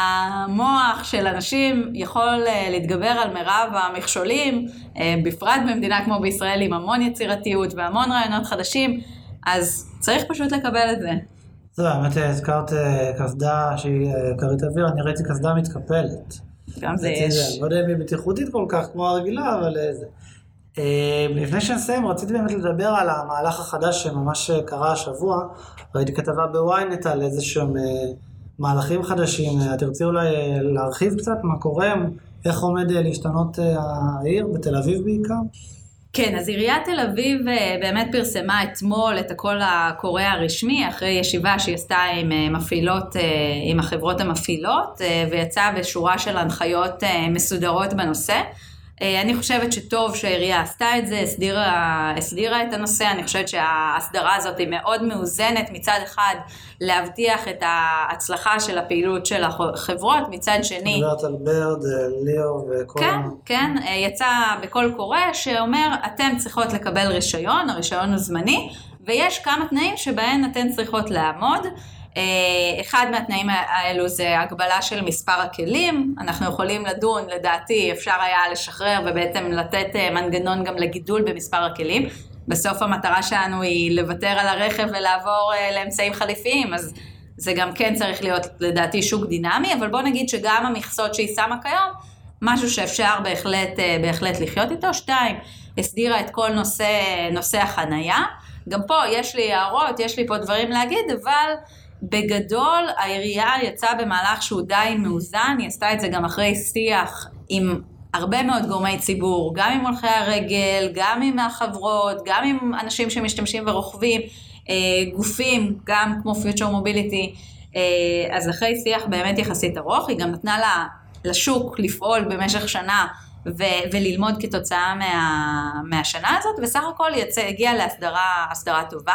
Speaker 2: המוח של אנשים יכול להתגבר על מרב המכשולים, בפרט במדינה כמו בישראל עם המון יצירתיות והמון רעיונות חדשים, אז צריך פשוט לקבל את זה.
Speaker 1: זו, האמת הזכרת קסדה שהיא כרית אוויר, אני ראיתי קסדה מתקפלת.
Speaker 2: גם זה יש.
Speaker 1: אני לא יודע אם היא בטיחותית כל כך כמו הרגילה, אבל זה. לפני שנסיים, רציתי באמת לדבר על המהלך החדש שממש קרה השבוע, ראיתי כתבה בוויינט על איזשהם מהלכים חדשים, תרצי אולי להרחיב קצת מה קורה, איך עומד להשתנות העיר, בתל אביב בעיקר?
Speaker 2: כן, אז עיריית תל אביב באמת פרסמה אתמול את הקול הקורא הרשמי, אחרי ישיבה שהיא עשתה עם מפעילות, עם החברות המפעילות, ויצאה בשורה של הנחיות מסודרות בנושא. אני חושבת שטוב שהעירייה עשתה את זה, הסדירה, הסדירה את הנושא. אני חושבת שההסדרה הזאת היא מאוד מאוזנת, מצד אחד להבטיח את ההצלחה של הפעילות של החברות, מצד שני...
Speaker 1: מדברת על ברד, ליאו וכל...
Speaker 2: כן, כן, יצא בכל קורא שאומר, אתם צריכות לקבל רישיון, הרישיון הוא זמני, ויש כמה תנאים שבהן אתן צריכות לעמוד, אחד מהתנאים האלו זה הגבלה של מספר הכלים, אנחנו יכולים לדון, לדעתי אפשר היה לשחרר ובעצם לתת מנגנון גם לגידול במספר הכלים, בסוף המטרה שלנו היא לוותר על הרכב ולעבור לאמצעים חליפיים, אז זה גם כן צריך להיות לדעתי שוק דינמי, אבל בוא נגיד שגם המכסות שהיא שמה כיום, משהו שאפשר בהחלט, בהחלט לחיות איתו. שתיים, הסדירה את כל נושא, נושא החנייה, גם פה יש לי הערות, יש לי פה דברים להגיד, אבל בגדול העירייה יצאה במהלך שהוא די מאוזן, היא עשתה את זה גם אחרי שיח עם הרבה מאוד גורמי ציבור, גם עם הולכי הרגל, גם עם החברות, גם עם אנשים שמשתמשים ורוכבים, גופים, גם כמו Future Mobility, אז אחרי שיח באמת יחסית ארוך, היא גם נתנה לה, לשוק לפעול במשך שנה, ו- וללמוד כתוצאה מה- מהשנה הזאת, וסך הכל יצא, הגיע להסדרה, הסדרה טובה.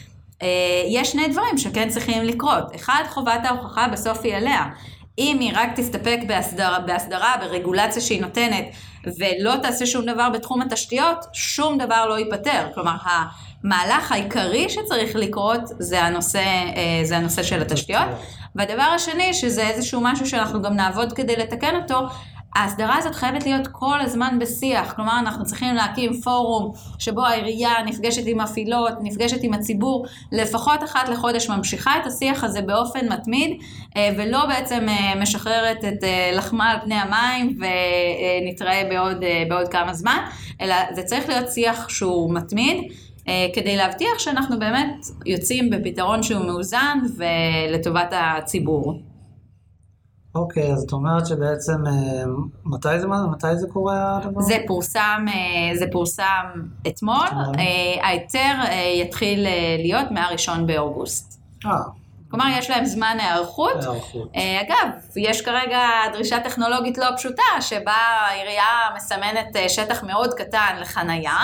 Speaker 2: יש שני דברים שכן צריכים לקרות. אחד, חובת ההוכחה בסוף היא עליה. אם היא רק תסתפק בהסדרה, בהסדרה, ברגולציה שהיא נותנת, ולא תעשה שום דבר בתחום התשתיות, שום דבר לא ייפטר. כלומר, המהלך העיקרי שצריך לקרות, זה הנושא, זה הנושא של התשתיות. והדבר השני, שזה איזשהו משהו שאנחנו גם נעבוד כדי לתקן אותו, ההסדרה הזאת חייבת להיות כל הזמן בשיח, כלומר אנחנו צריכים להקים פורום שבו העירייה נפגשת עם מפעילות, נפגשת עם הציבור, לפחות אחת לחודש ממשיכה את השיח הזה באופן מתמיד, ולא בעצם משחררת את לחמה על פני המים ונתראה בעוד, בעוד כמה זמן, אלא זה צריך להיות שיח שהוא מתמיד, כדי להבטיח שאנחנו באמת יוצאים בפתרון שהוא מאוזן ולטובת הציבור.
Speaker 1: אוקיי, אז את אומרת שבעצם, מתי זה, מתי זה קורה הדבר?
Speaker 2: זה פורסם, זה פורסם אתמול, ההיתר יתחיל להיות מה-ראשון באוגוסט.
Speaker 1: אה.
Speaker 2: כלומר, יש להם זמן הערכות.
Speaker 1: הערכות.
Speaker 2: אגב, יש כרגע דרישה טכנולוגית לא פשוטה, שבה העירייה מסמנת שטח מאוד קטן לחנייה,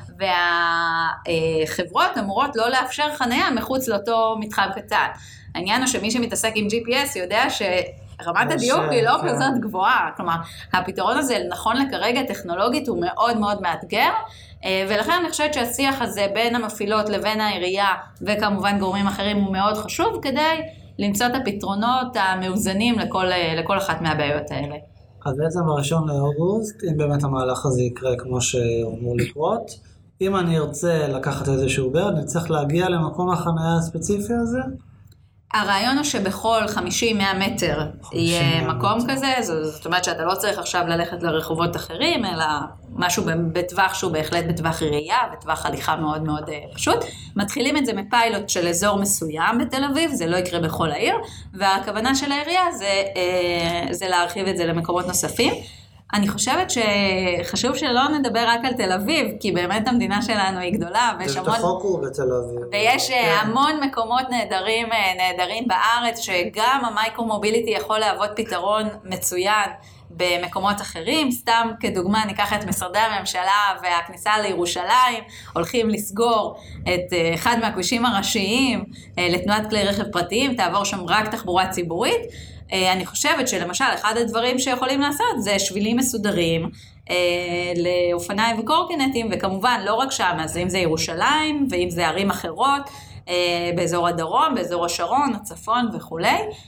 Speaker 2: והחברות אמורות לא לאפשר חנייה מחוץ לאותו מתחם קטן. העניין הוא שמי שמתעסק עם ג'י פי אס יודע ש... רמת הדיוק היא לא כזאת גבוהה, כלומר, הפתרון הזה נכון לכרגע טכנולוגית הוא מאוד מאוד מאתגר, ולכן אני חושבת שהשיח הזה בין המפעילות לבין העירייה, וכמובן גורמים אחרים הוא מאוד חשוב, כדי למצוא את הפתרונות המאוזנים לכל, לכל אחת מהבעיות האלה.
Speaker 1: אז בעצם בראשון לאוגוסט, אם באמת המהלך הזה יקרה כמו שאמור לקרות, אם אני ארצה לקחת איזשהו ברד, אני צריך להגיע למקום החניה הספציפי הזה?
Speaker 2: הרעיון הוא שבכל חמישים מאה מטר יהיה מקום כזה, זאת אומרת שאתה לא צריך עכשיו ללכת לרחובות אחרים, אלא משהו בטווח שהוא בהחלט בטווח ראייה, בטווח הליכה מאוד מאוד פשוט. מתחילים את זה מפיילוט של אזור מסוים בתל אביב, זה לא יקרה בכל העיר, והכוונה של העירייה זה, זה להרחיב את זה למקומות נוספים. אני חושבת שחשוב שלא נדבר רק על תל אביב, כי באמת המדינה שלנו היא גדולה, ויש המון...
Speaker 1: תחוקו בתל אביב.
Speaker 2: ויש המון מקומות נהדרים, נהדרים בארץ, שגם המייקרו-מוביליטי יכול להוות פתרון מצוין במקומות אחרים. סתם כדוגמה, ניקח את משרדי הממשלה והכניסה לירושלים, הולכים לסגור את אחד מהכבישים הראשיים לתנועת כלי רכב פרטיים, תעבור שם רק תחבורה ציבורית. אני חושבת שלמשל, אחד הדברים שיכולים לעשות זה שבילים מסודרים לאופניים וקורקינטים, וכמובן לא רק שם, אז אם זה ירושלים, ואם זה ערים אחרות, באזור הדרום, באזור השרון, הצפון וכו'.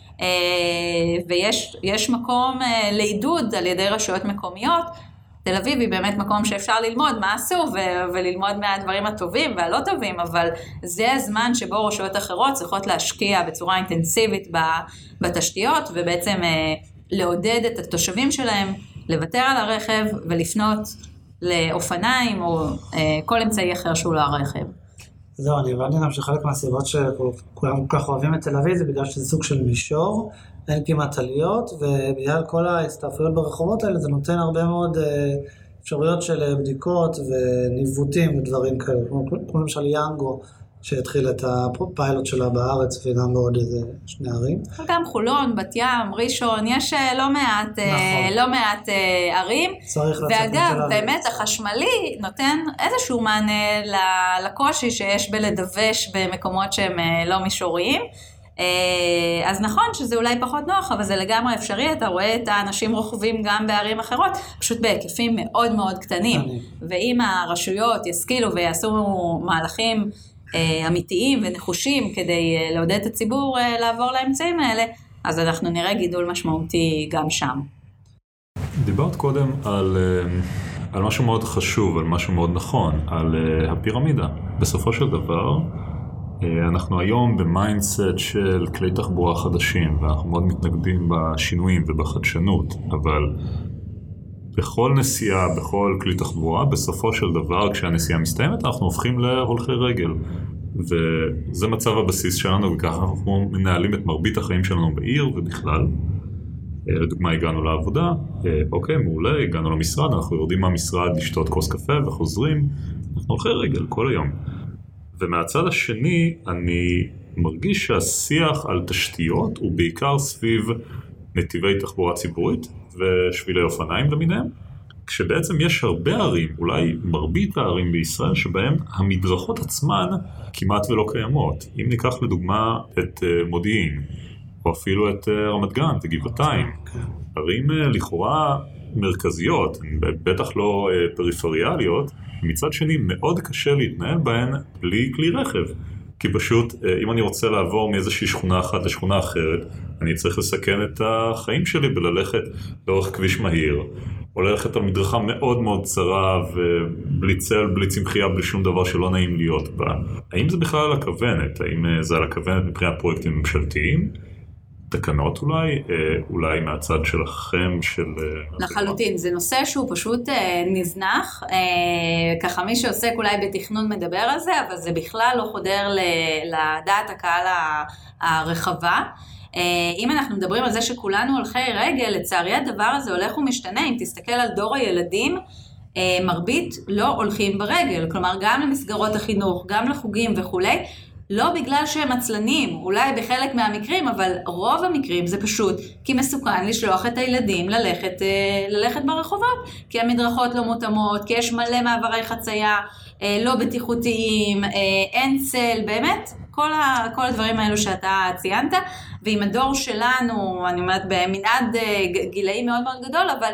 Speaker 2: ויש יש מקום לעידוד על ידי רשויות מקומיות. תל אביב היא באמת מקום שאפשר ללמוד מה עשו, ו- וללמוד מהדברים הטובים והלא טובים, אבל זה הזמן שבו רשויות אחרות צריכות להשקיע בצורה אינטנסיבית בתשתיות, ובעצם לעודד את התושבים שלהם לוותר על הרכב ולפנות לאופניים או כל אמצעי אחר שהוא לא הרכב.
Speaker 1: זהו, אני הבנתי גם שחלק מהסיבות שכולם כל כך אוהבים את תל אביב, זה בגלל שזה סוג של מישור, אין כמעט עליות, ובגלל כל ההסתעפויות ברחובות האלה, זה נותן הרבה מאוד אפשרויות של בדיקות וניווטים ודברים כאלה, כמו למשל יאנגו, שהתחיל את הפיילוט שלה בארץ, וגם בעוד איזה שני ערים.
Speaker 2: גם חולון, בת ים, ראשון, יש לא מעט, נכון. לא מעט ערים, ואגב, באמת החשמלי נותן איזשהו מענה לקושי שיש בלדווש במקומות שהם לא מישוריים, אז נכון שזה אולי פחות נוח, אבל זה לגמרי אפשרי, אתה רואה את האנשים רוכבים גם בערים אחרות, פשוט בהיקפים מאוד מאוד קטנים, ואם הרשויות ישכילו ויעשו מהלכים אמיתיים ונחושים כדי לעודד את הציבור לעבור לאמצעים האלה, אז אנחנו נראה גידול משמעותי גם שם.
Speaker 3: דיברת קודם על, על משהו מאוד חשוב, על משהו מאוד נכון, על הפירמידה. בסופו של דבר, אנחנו היום במיינדסט של כלי תחבורה חדשים, ואנחנו מאוד מתנגדים בשינויים ובחדשנות, אבל בכל נסיעה, בכל כלי תחבורה, בסופו של דבר, כשהנסיעה מסתיימת, אנחנו הופכים להולכי רגל. וזה מצב הבסיס שלנו, וככה אנחנו מנהלים את מרבית החיים שלנו בעיר ובכלל. לדוגמה, הגענו לעבודה, אוקיי, מעולה, הגענו למשרד, אנחנו יורדים מהמשרד לשתות כוס קפה וחוזרים, אנחנו הולכי רגל כל היום. ומהצד השני, אני מרגיש שהשיח על תשתיות הוא בעיקר סביב נתיבי תחבורה ציבורית ושבילי אופניים למיניהם, כשבעצם יש הרבה ערים, אולי מרבית הערים בישראל, שבהם המדרכות עצמן כמעט ולא קיימות. אם ניקח לדוגמה את מודיעין, או אפילו את רמת גן וגבעתיים, ערים לכאורה מרכזיות, בטח לא פריפריאליות, מצד שני מאוד קשה להתנהל בהן בלי כלי רכב. כי פשוט, אם אני רוצה לעבור מאיזושהי שכונה אחת לשכונה אחרת, אני צריך לסכן את החיים שלי בללכת לאורך כביש מהיר, או ללכת על מדרכה מאוד מאוד צרה, ובלי צל, בלי צמחייה, בלי שום דבר שלא נעים להיות בה. האם זה בכלל על הכוונת? האם זה על הכוונת מבחינת פרויקטים ממשלתיים? תקנות אולי, אולי מהצד שלכם של...
Speaker 2: לחלוטין, זה נושא שהוא פשוט נזנח, ככה מי שעוסק אולי בתכנון מדבר על זה, אבל זה בכלל לא חודר לדעת הקהל הרחבה. אם אנחנו מדברים על זה שכולנו הולכי רגל, לצערי הדבר הזה הולך ומשתנה, אם תסתכל על דור הילדים, מרבית לא הולכים ברגל, כלומר גם למסגרות החינוך, גם לחוגים וכולי, לא בגלל שהם עצלנים, אולי בחלק מהמקרים, אבל רוב המקרים זה פשוט כי מסוכן לשלוח את הילדים ללכת, ללכת ברחובות, כי המדרכות לא מותאמות, כי יש מלא מעברי חצייה, לא בטיחותיים, אין צל, באמת, כל, ה, כל הדברים האלו שאתה ציינת, ועם הדור שלנו, אני אומרת במנעד גילאי מאוד מאוד גדול, אבל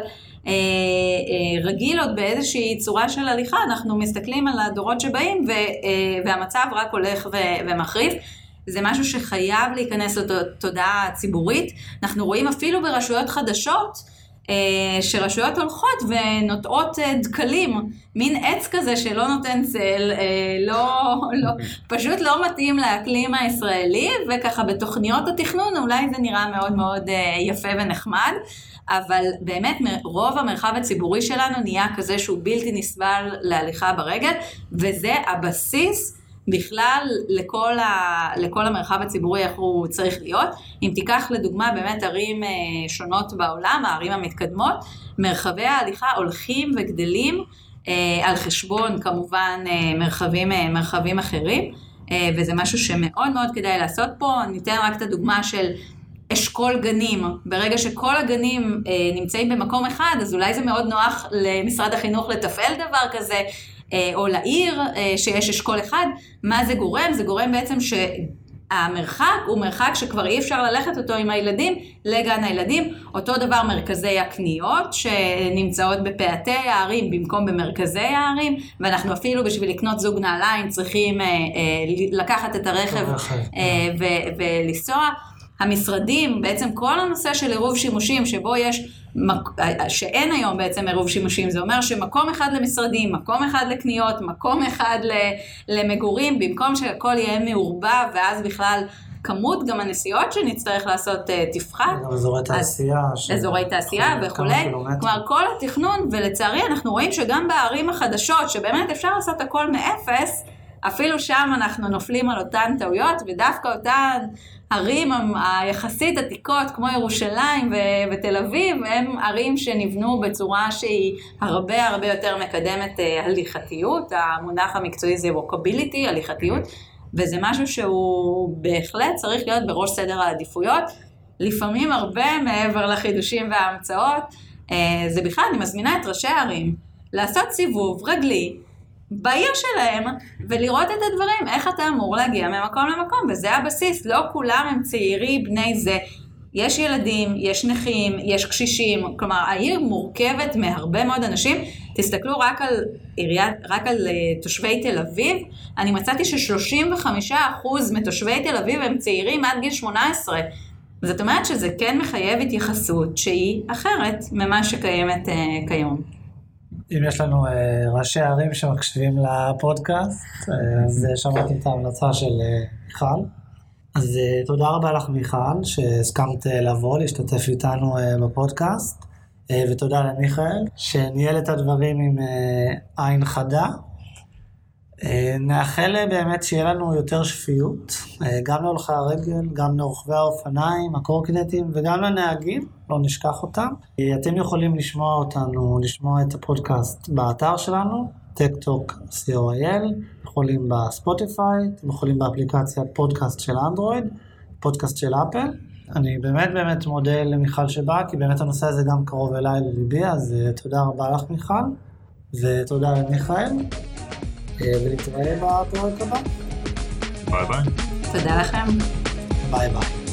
Speaker 2: רגיל עוד באיזושהי צורה של הליכה, אנחנו מסתכלים על הדורות שבאים, והמצב רק הולך ומחריף. זה משהו שחייב להיכנס לתודעה ציבורית. אנחנו רואים אפילו ברשויות חדשות, שרשויות הולכות ונוטעות דקלים, מין עץ כזה שלא נותן צל, לא, לא, פשוט לא מתאים לאקלים הישראלי, וככה בתוכניות התכנון אולי זה נראה מאוד מאוד יפה ונחמד, אבל באמת רוב המרחב הציבורי שלנו נהיה כזה שהוא בלתי נסבל להליכה ברגל, וזה הבסיס בכלל לכל, ה, לכל המרחב הציבורי איך הוא צריך להיות. אם תיקח לדוגמה באמת ערים שונות בעולם, הערים המתקדמות, מרחבי ההליכה הולכים וגדלים על חשבון כמובן מרחבים, מרחבים אחרים, וזה משהו שמאוד מאוד כדאי לעשות פה. ניתן רק את הדוגמה של אשכול גנים. ברגע שכל הגנים נמצאים במקום אחד, אז אולי זה מאוד נוח למשרד החינוך לתפעל דבר כזה, או לעיר שיש אשכול אחד. מה זה גורם? זה גורם בעצם שהמרחק הוא מרחק שכבר אי אפשר ללכת אותו עם הילדים לגן הילדים. אותו דבר מרכזי הקניות שנמצאות בפאתי הערים במקום במרכזי הערים, ואנחנו אפילו בשביל לקנות זוג נעליים צריכים לקחת את הרכב ולנסוע. המשרדים, בעצם כל הנושא של עירוב שימושים, שבו יש, שאין היום בעצם עירוב שימושים, זה אומר שמקום אחד למשרדים, מקום אחד לקניות, מקום אחד למגורים, במקום שהכל יהיה מעורבב, ואז בכלל כמות גם הנסיעות שנצטרך לעשות תפחת.
Speaker 1: גם אזורי תעשייה.
Speaker 2: אזורי תעשייה וכולי. כלומר, כל התכנון, ולצערי אנחנו רואים שגם בערים החדשות, שבאמת אפשר לעשות הכל מאפס, אפילו שם אנחנו נופלים על אותן טעויות, ודווקא אותן ערים היחסית עתיקות כמו ירושלים ו- ותל אביב, הם ערים שנבנו בצורה שהיא הרבה הרבה יותר מקדמת הליכתיות. המונח המקצועי זה ווקביליטי, הליכתיות, וזה משהו שהוא בהחלט צריך להיות בראש סדר העדיפויות, לפעמים הרבה מעבר לחידושים וההמצאות. זה בכלל, אני מזמינה את ראשי הערים לעשות סיבוב רגלי, בעיר שלהם, ולראות את הדברים, איך אתה אמור להגיע ממקום למקום, וזה הבסיס. לא כולם הם צעירי בני זה, יש ילדים, יש נכים, יש קשישים, כלומר העיר מורכבת מהרבה מאוד אנשים, תסתכלו רק על עיריית, רק על תושבי תל אביב, אני מצאתי ש-שלושים וחמישה אחוז מתושבי תל אביב הם צעירים עד גיל שמונה עשרה. זאת אומרת שזה כן מחייב התייחסות שהיא אחרת ממה שקיימת uh, כיום.
Speaker 1: אם יש לנו uh, ראשי ערים שמקשיבים לפודקאסט, uh, אז שמעתי את ההמלצה של uh, מיכל. אז uh, תודה רבה לך מיכל, שהסכמת uh, לבוא, להשתתף איתנו uh, בפודקאסט, uh, ותודה למיכאל, שניהל את הדברים עם uh, עין חדה. Uh, נאחל באמת שיהיה לנו יותר שפיות, uh, גם להולכי הרגל, גם לרוכבי האופניים, הקורקינטים וגם לנהגים, לא נשכח אותם. Uh, אתם יכולים לשמוע אותנו, לשמוע את הפודקאסט באתר שלנו, טק-טוק נקודה סי או איי אל, יכולים בספוטיפיי, אתם יכולים באפליקציית פודקאסט של אנדרואיד, פודקאסט של אפל. אני באמת באמת מודה למיכל שבא, כי באמת הנושא הזה גם קרוב אליי לליבי, אז uh, תודה רבה לך מיכל, ותודה למיכאל. ולהתראה בפרק הבא.
Speaker 3: ביי ביי.
Speaker 2: תודה לכם.
Speaker 1: ביי ביי.